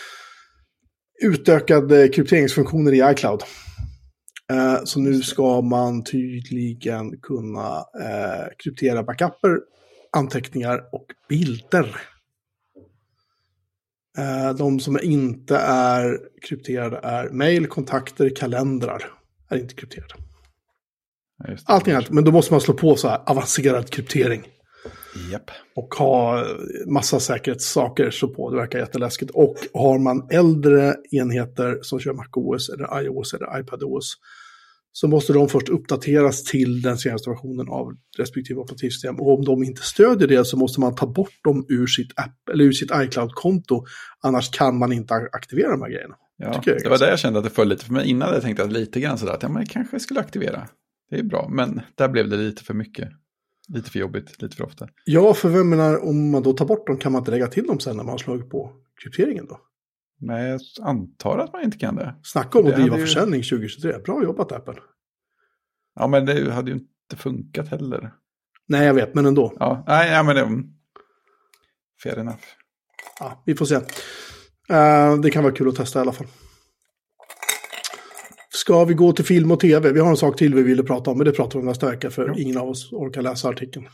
Utökade krypteringsfunktioner i iCloud. Så nu ska man tydligen kunna kryptera backuper, anteckningar och bilder. De som inte är krypterade är mail, kontakter, kalendrar. Är inte krypterade. Allting annat, men då måste man slå på så här avancerad kryptering. Japp. Och ha massa säkerhetssaker så på. Det verkar jätteläskigt. Och har man äldre enheter som kör MacOS eller iOS eller iPadOS så måste de först uppdateras till den senaste versionen av respektive operativsystem. Och om de inte stödjer det så måste man ta bort dem ur sitt app eller ur sitt iCloud-konto. Annars kan man inte aktivera de här grejerna. Ja, det var där jag kände att det föll lite för mig. Innan jag tänkte att lite grann sådär att jag kanske skulle aktivera. Det är bra, men där blev det lite för mycket. Lite för jobbigt, lite för ofta. Ja, för vem menar, om man då tar bort dem kan man inte lägga till dem sen när man har slagit på krypteringen då? Nej, jag antar att man inte kan det. Snacka om att driva försäljning 2023. Bra jobbat, Apple. Ja, men det hade ju inte funkat heller. Nej, jag vet, men ändå. Ja, nej, men det... Fair enough. Ja, vi får se. Det kan vara kul att testa i alla fall. Ska vi gå till film och tv? Vi har en sak till vi ville prata om, men det pratar vi om nästa vecka för ingen av oss orkar läsa artikeln.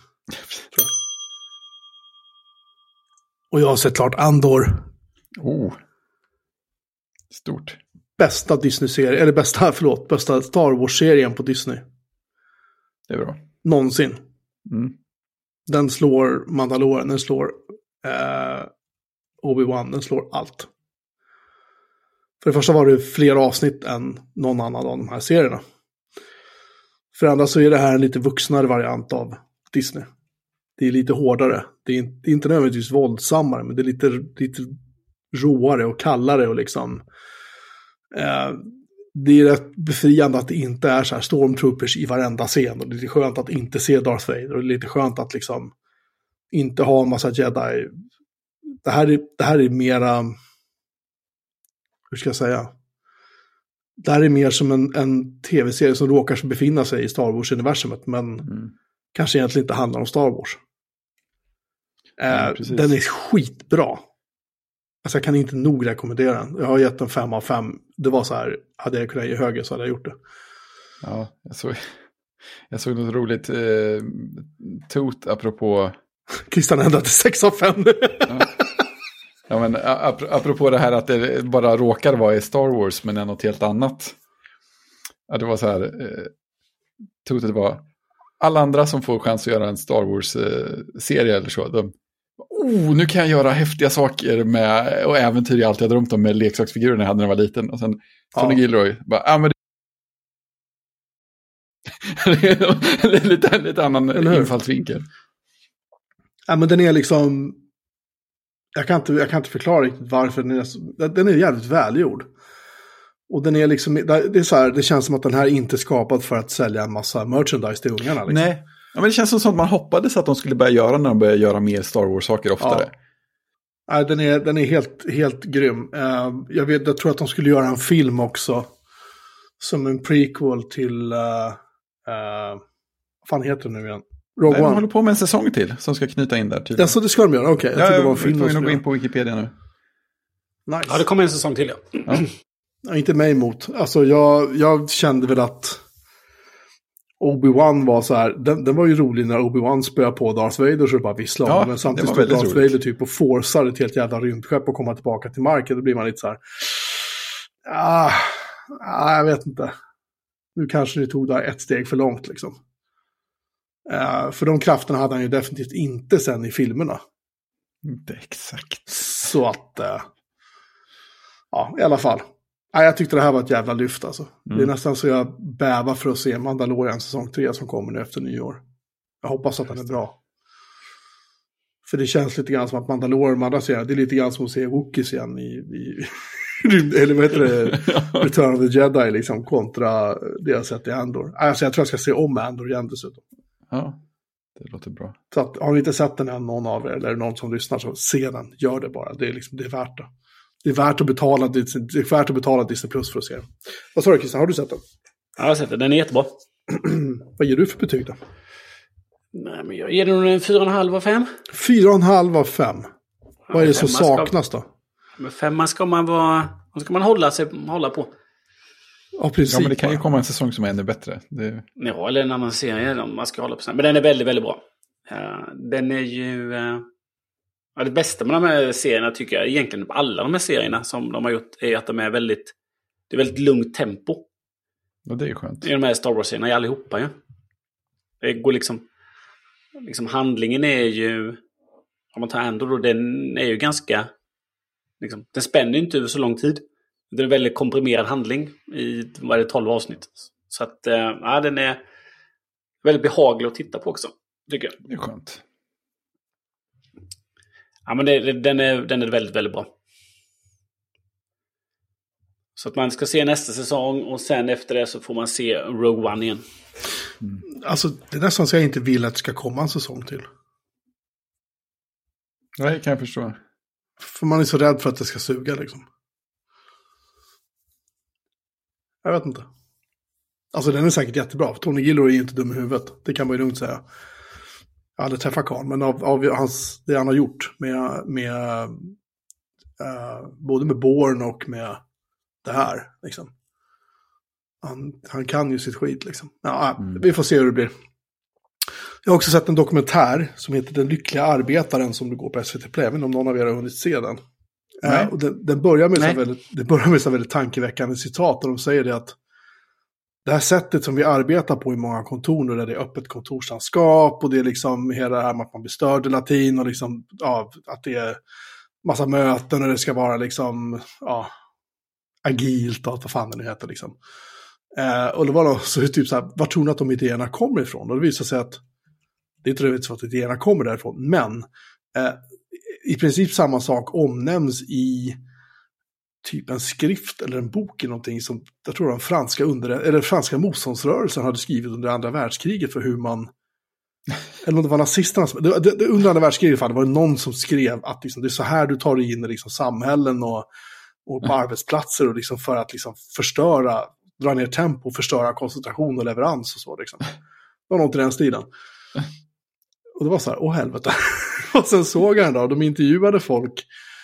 Och jag har sett klart Andor. Oh. Stort. Bästa Disney-serie, eller bästa Star Wars-serien på Disney. Det är bra. Någonsin. Mm. Den slår Mandalorian, den slår Obi-Wan, den slår allt. För det första var det fler avsnitt än någon annan av de här serierna. För det andra så är det här en lite vuxnare variant av Disney. Det är lite hårdare. Det är inte nödvändigtvis våldsammare, men det är lite råare och kallare och liksom... det är rätt befriande att det inte är så här stormtroopers i varenda scen. Och det är lite skönt att inte se Darth Vader. Och det är lite skönt att liksom inte ha en massa Jedi. Det här är mera... Hur ska jag säga? Det här är mer som en tv-serie som råkar befinna sig i Star Wars-universumet. Men kanske egentligen inte handlar om Star Wars. Den är skitbra. Alltså jag kan inte nog rekommendera den. Jag har gett den 5 av 5. Det var så här, hade jag kunnat ge högre så hade jag gjort det. Ja, jag såg något roligt tot apropå... Christian ändrade till 6 av 5. Ja, men apropå det här att det bara råkar vara i Star Wars men är något helt annat. Ja, det var så här, totet var alla andra som får chans att göra en Star Wars-serie eller så, nu kan jag göra häftiga saker med och äventyr jag alltid hade drömt om med leksaksfigurer när jag hade när jag var liten. Och sen Tony Gilroy bara, men lite annan infallsvinkel. Ja, men den är liksom jag kan inte förklara riktigt varför den är jävligt välgjord. Och den är liksom det är så här, det känns som att den här inte är skapad för att sälja en massa merchandise till ungarna liksom. Nej. Ja, men det känns som sånt man hoppades att de skulle börja göra när de börjar göra mer Star Wars-saker oftare. Ja. Den är helt grym. Jag tror att de skulle göra en film också. Som en prequel till... vad fan heter det nu igen? Rogue One. De håller på med en säsong till som ska knyta in där. Tydligen. Ja, så det ska de göra. Okej, jag tror det var en film. Jag får gå in på Wikipedia nu. Nice. Ja, det kommer en säsong till, ja. Ja, inte mig emot. Alltså, jag kände väl att Obi-Wan var så här, den var ju rolig när Obi-Wan spöade på Darth Vader så det bara visslade. Ja, men samtidigt stod Darth Vader typ och forcar ett helt jävla rymdskepp och komma tillbaka till marken. Då blir man lite så här, jag vet inte. Nu kanske ni tog där ett steg för långt liksom. För de krafterna hade han ju definitivt inte sen i filmerna. Inte exakt. Så att, ja, i alla fall. Jag tyckte det här var ett jävla lyft alltså. Det är nästan så jag bävar för att se Mandalorian säsong 3 som kommer nu efter nyår. Jag hoppas att den är bra. För det känns lite grann som att Mandalorian, andra serien, det är lite grann som att se Wookiees igen i eller vad heter det? Return of the Jedi liksom, kontra det jag sett i Andor. Alltså jag tror jag ska se om Andor igen dessutom. Ja, det låter bra. Så att, har ni inte sett den än, någon av er, eller någon som lyssnar, så se den. Gör det bara. Det är värt det. Det är värt att betala Disney Plus för att se den. Vad sa du, Christian? Har du sett den? Ja, jag har sett den. Den är jättebra. Vad ger du för betyg då? Nej, men jag ger den en 4,5 av 5. 4,5 av 5. Vad är det som saknas då? Men 5 ska man hålla på. Ja, precis. Ja, men det kan ju komma en säsong som är ännu bättre. Ja, eller en annan serie man ska hålla på. Men den är väldigt, väldigt bra. Den är ju... det bästa med de här serierna tycker jag, egentligen alla de här serierna som de har gjort, är att de är det är väldigt lugnt tempo. Och det är ju skönt. I de här Star Wars-serierna, allihopa ju. Det går liksom... liksom handlingen är ju, om man tar Andor då, den är ju ganska, liksom, den spänner inte över så lång tid. Det är en väldigt komprimerad handling i 12 avsnitt. Så att den är väldigt behaglig att titta på också, tycker jag. Det är skönt. Ja, men den är väldigt, väldigt bra. Så att man ska se nästa säsong och sen efter det så får man se Rogue One igen. Alltså, det är nästan så jag inte vill att det ska komma en säsong till. Nej, kan jag förstå. För man är så rädd för att det ska suga liksom. Jag vet inte. Alltså den är säkert jättebra. För Tony Gilroy är ju inte dum i huvudet. Det kan man ju lugnt säga. Jag hade träffat Karl, men av det han har gjort med både med Bourne och med det här liksom. Han kan ju sitt skit liksom. Vi får se hur det blir. Jag har också sett en dokumentär som heter Den lyckliga arbetaren som du går på SVT Play. Jag vet inte om någon av er har hunnit se den. Och den börjar med så väldigt tankeväckande citat där de säger det att det här sättet som vi arbetar på i många kontor nu, där det är öppet kontorslandskap och det är liksom hela det här med att man blir störd hela tiden och liksom, att det är massa möten och det ska vara liksom, agilt och allt vad fan det nu heter liksom. Och det var då så typ så här, var tror ni att de idéerna kommer ifrån? Och det visar sig att det är inte riktigt så att idéerna kommer därifrån, men i princip samma sak omnämns i typ en skrift eller en bok eller någonting som jag tror den franska motståndsrörelsen hade skrivit under andra världskriget för hur man eller om det var nazisterna under andra världskriget var det någon som skrev att liksom, det är så här du tar dig in i liksom, samhällen och på arbetsplatser och liksom, för att liksom, dra ner tempo, förstöra koncentration och leverans och så liksom. Det var något i den stilen. Och det var så här, helvete. Och sen såg jag en dag, de intervjuade folk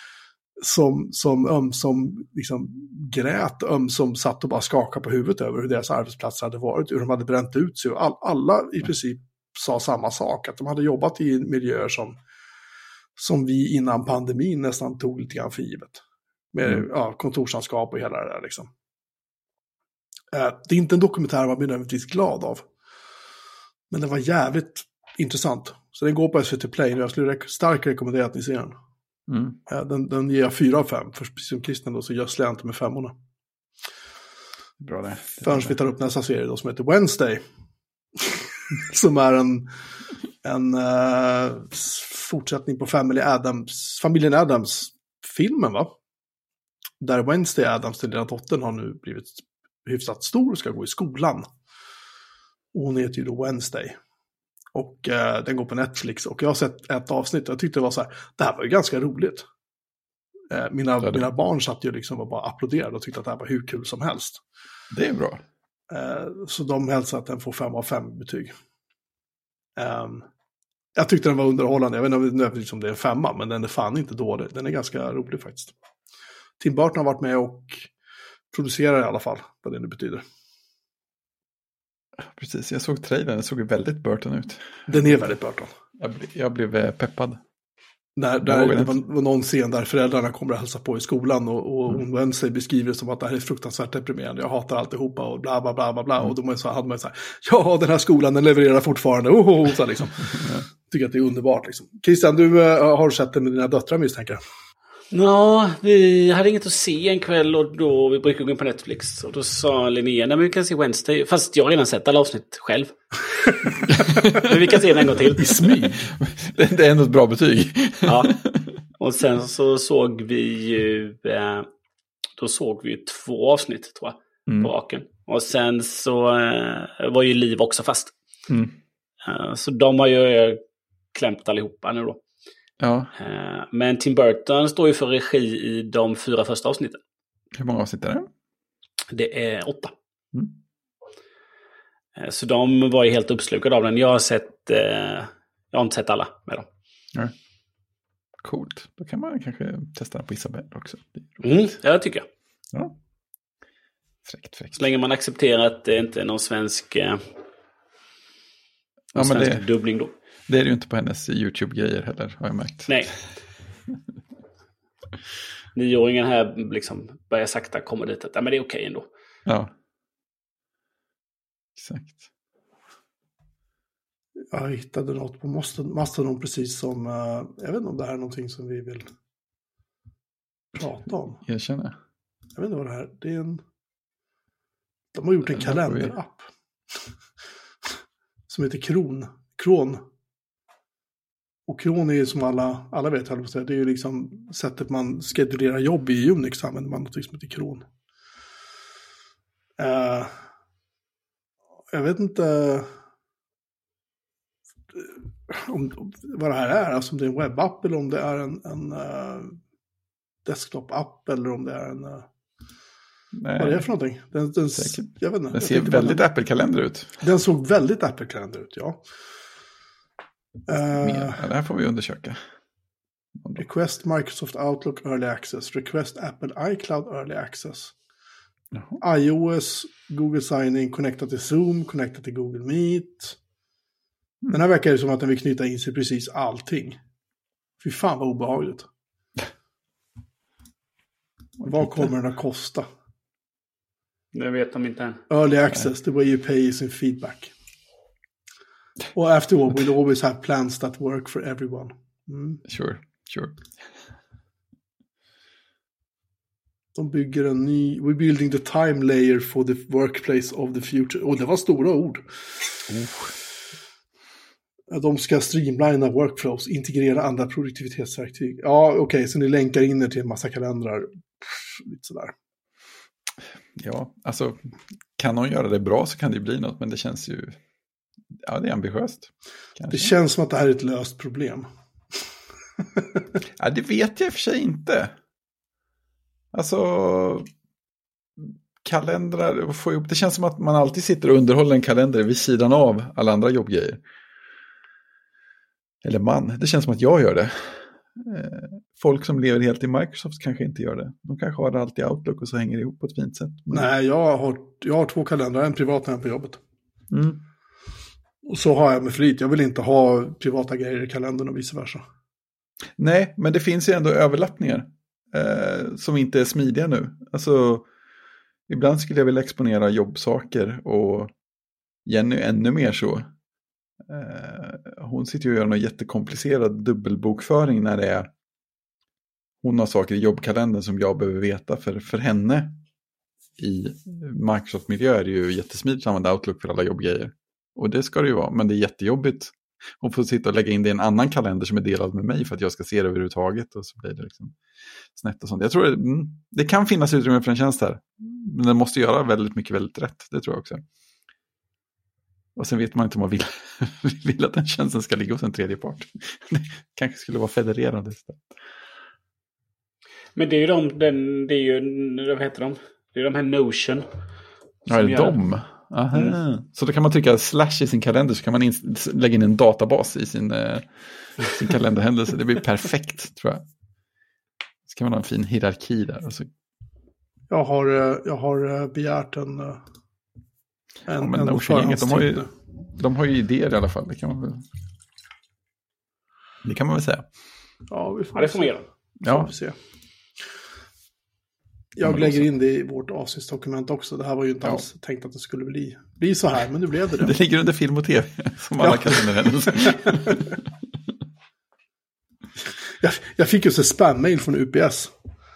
som liksom grät, som satt och bara skakade på huvudet över hur deras arbetsplatser hade varit, hur de hade bränt ut sig. Och alla i princip sa samma sak, att de hade jobbat i miljöer som vi innan pandemin nästan tog lite grann för givet. Med kontorslandskap och hela det där liksom. Det är inte en dokumentär man blir nödvändigtvis glad av. Men det var jävligt intressant. Så den går på SVT Play. Jag skulle starkt rekommendera att ni ser den. Den ger jag 4 av 5. För precis som kristen då så gödslar jag inte med 5:orna. Bra det. Förrän vi tar upp nästa serie då som heter Wednesday. Som är en fortsättning på familjen Adams-filmen va? Där Wednesday Adams, den lilla dottern, har nu blivit hyfsat stor och ska gå i skolan. Och hon heter ju då Wednesday. Och den går på Netflix. Och jag har sett ett avsnitt och jag tyckte det var så här, det här var ju ganska roligt. Mina barn satt ju liksom och bara applåderade och tyckte att det här var hur kul som helst. Det är bra. Så de hälsar att den får 5 av 5 betyg. Jag tyckte den var underhållande. Jag vet inte nödvändigtvis om det är en 5, men den är fan inte dålig. Den är ganska rolig faktiskt. Tim Burton har varit med och producerar i alla fall, vad det nu betyder. Precis, jag såg trailern. Den såg ju väldigt Burton ut. Den är väldigt Burton. Jag blev peppad. Det var någon scen där föräldrarna kommer att hälsa på i skolan och hon Wednesday beskriver det som att det här är fruktansvärt deprimerande. Jag hatar alltihopa och bla bla bla bla bla. Och då hade man så här, ja den här skolan den levererar fortfarande. Så liksom. Tycker att det är underbart liksom. Christian, du har sett det med dina döttrar misstänker jag. Ja, vi hade inget att se en kväll och då vi brukade gå in på Netflix. Och då sa Linnea, nej men vi kan se Wednesday. Fast jag har redan sett alla avsnitt själv. Men vi kan se den en gång till. I smyg. Det är ändå ett bra betyg. Ja. Och sen så såg vi ju då såg vi ju 2 avsnitt tror jag på raken. Och sen så var ju Liv också fast. Så de har ju klämt allihopa nu då. Ja. Men Tim Burton står ju för regi i de 4 första avsnitten. Hur många avsnitt är det? Det är 8. Så de var ju helt uppslukade av den. Jag har inte sett alla med dem. Ja. Coolt. Då kan man kanske testa den på Isabel också. Ja, tycker jag. Ja. Fräckt. Så länge man accepterar att det inte är någon svensk dubbling då. Det är det ju inte på hennes YouTube-grejer heller, har jag märkt. Nej. 9-åringen här liksom börjar sakta komma dit att men det är okej ändå. Ja. Exakt. Jag hittade något på Mastodon precis som, jag vet inte om det här är någonting som vi vill prata om. Jag känner. Jag vet inte vad det här, det är de har gjort en kalenderapp som heter Kron. Och Kron är ju som alla vet, det är ju liksom sättet man schedulerar jobb i Unix, använder man något som heter Kron. Jag vet inte vad det här är, alltså om det är en webbapp eller om det är en desktop-app eller om det är en... Nej. Vad är det för någonting? Jag vet inte. Den ser väldigt Apple-kalender ut. Den såg väldigt Apple-kalender ut, ja. Det här får vi undersöka. Request Microsoft Outlook Early Access. Request Apple iCloud Early Access. Jaha. iOS, Google Signing, connecta till Zoom, connecta till Google Meet. Den här verkar det som att den vill knyta in sig precis allting. Fy fan vad obehagligt. Vad kommer den att kosta? Det vet de inte än. Early access, the way you pay is in feedback. Och after all, we'll always have plans that work for everyone. Sure. De bygger en ny... We're building the time layer for the workplace of the future. Det var stora ord. De ska streamlina workflows, integrera andra produktivitetsverktyg. Ja, okej, så ni länkar in er till en massa kalendrar. Lite sådär. Ja, alltså kan någon göra det bra så kan det bli något, men det känns ju... Ja, det är ambitiöst. Kanske. Det känns som att det här är ett löst problem. Ja, det vet jag i och för sig inte. Alltså, kalendrar får ihop... Det känns som att man alltid sitter och underhåller en kalender vid sidan av alla andra jobbgrejer. Eller det känns som att jag gör det. Folk som lever helt i Microsoft kanske inte gör det. De kanske har det alltid i Outlook och så hänger det ihop på ett fint sätt. Nej, jag har 2 kalendrar, en privat och en på jobbet. Och så har jag med flit. Jag vill inte ha privata grejer i kalendern och vice versa. Nej, men det finns ju ändå överlappningar som inte är smidiga nu. Alltså, ibland skulle jag vilja exponera jobbsaker och Jenny ännu mer så. Hon sitter ju och gör någon jättekomplicerad dubbelbokföring när det är hon har saker i jobbkalendern som jag behöver veta för henne. I Microsoft-miljö är det ju jättesmidigt att använda Outlook för alla jobbgrejer. Och det ska det ju vara, men det är jättejobbigt. Hon får sitta och lägga in det i en annan kalender som är delad med mig för att jag ska se det överhuvudtaget och så blir det liksom snett och sånt. Jag tror det kan finnas utrymme för en tjänst här. Men den måste göra väldigt mycket väldigt rätt, det tror jag också. Och sen vet man inte om man vill att den tjänsten ska ligga hos en tredje part. Det kanske skulle vara federerande istället. Men det är ju vad heter de? Det är de här Notion. Ja, är det de? Så då kan man trycka / i sin kalender så kan man lägga in en databas i sin kalenderhändelse. Det blir perfekt, tror jag. Så kan man ha en fin hierarki där. Och så... Jag har begärt en Notion-gänget, de har ju idéer i alla fall. Det kan man väl säga. Ja, det får man göra. Ja. Se. Jag lägger in det i vårt avsnittsdokument också. Det här var ju inte alls tänkt att det skulle bli så här, men nu blev det. Det ligger under film och tv, som alla kalenderhändelser. Jag fick ju så spam-mail från UPS.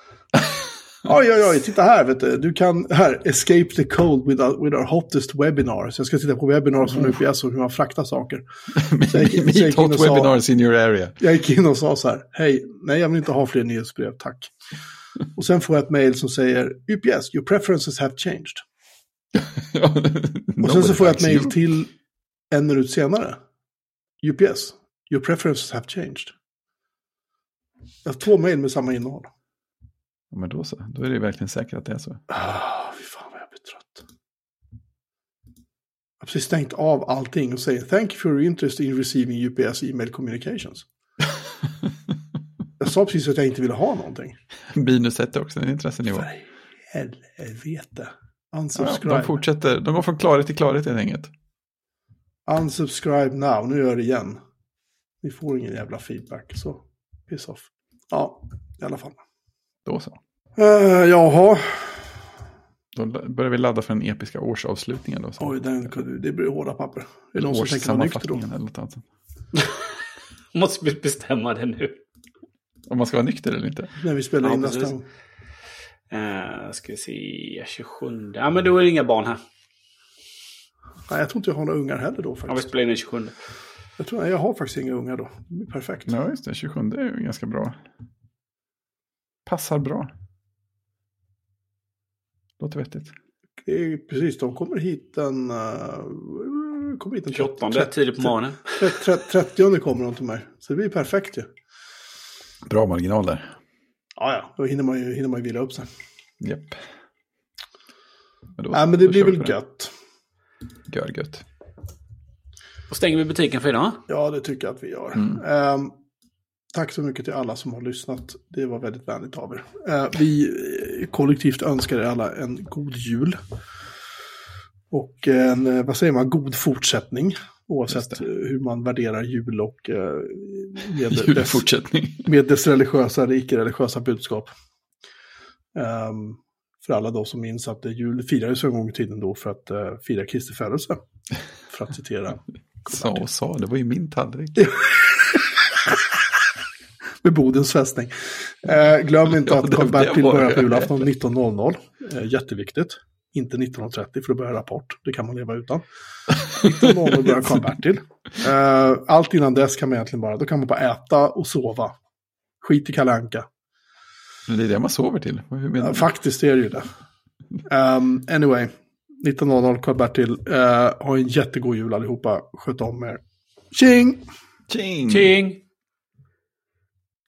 Oj, titta här, vet du. Du kan, escape the cold with our hottest webinars. Jag ska titta på webinars från UPS och hur man fraktar saker. Meet hot webinars in your area. Jag gick in och sa så här, hej, nej jag vill inte ha fler nyhetsbrev, tack. Och sen får jag ett mejl som säger, UPS, your preferences have changed. Och sen så får jag ett mejl till 1 minut senare. UPS, your preferences have changed. Jag har 2 mejl med samma innehåll. Ja, men då så. Då är det verkligen säkert att det är så. Fy fan vad jag blir trött. Jag har precis stängt av allting och säger thank you for your interest in receiving UPS email communications. Jag sa precis att jag inte ville ha någonting. Minus 1 också, en intressenivå. För helvete. Unsubscribe. De fortsätter, de går från klarhet till klarhet helt enkelt. Unsubscribe now, nu gör det igen. Ni får ingen jävla feedback, så piss off. Ja, i alla fall. Då så. Jaha. Då börjar vi ladda för den episka årsavslutningen då. Oj, det blir hårda papper. Är det någon som tänker vara nykter då? Eller något annat. Måste vi bestämma det nu. Om man ska vara nykter eller inte. När vi spelar in nästa gång. Ska vi se, 27. Ja, men då är det inga barn här. Nej, jag tror inte jag har några ungar heller då faktiskt. Ja, vi spelar in den 27. Jag har faktiskt inga ungar då. Det är perfekt. Ja, just det. 27 är ju ganska bra. Passar bra. Låter vettigt. Det är precis, de kommer hit den 28, tidigt på morgonen. 30 kommer de till mig. Så det blir perfekt ju. Bra marginal där. Ja. Då hinner man ju vila upp sig. Japp. Men det blir väl gött. Gött. Och stänger vi butiken för idag? Ja, det tycker jag att vi gör. Tack så mycket till alla som har lyssnat. Det var väldigt vänligt av er. Vi kollektivt önskar er alla en god jul. Och en, god fortsättning. Oavsett hur man värderar jul och med dess religiösa eller icke-religiösa budskap. För alla då som minns att jul firades en gång i tiden då för att fira Kristi födelse. För att citera. Det var ju min tallrik. Med Bodens fästning. Glöm inte att Karl-Bertil börjar på julafton 19.00. Jätteviktigt. Inte 19.30 för då börjar rapport. Det kan man leva utan. 19.00 börjar Karl-Bertil. Allt innan dess kan man egentligen då kan man bara äta och sova. Skit i Kalle Anka. Det är det man sover till. Hur menar du? Faktiskt är det ju det. Anyway. 19.00 Karl-Bertil. Ha en jättegod jul allihopa. Sköt om er. Tjing! Tjing!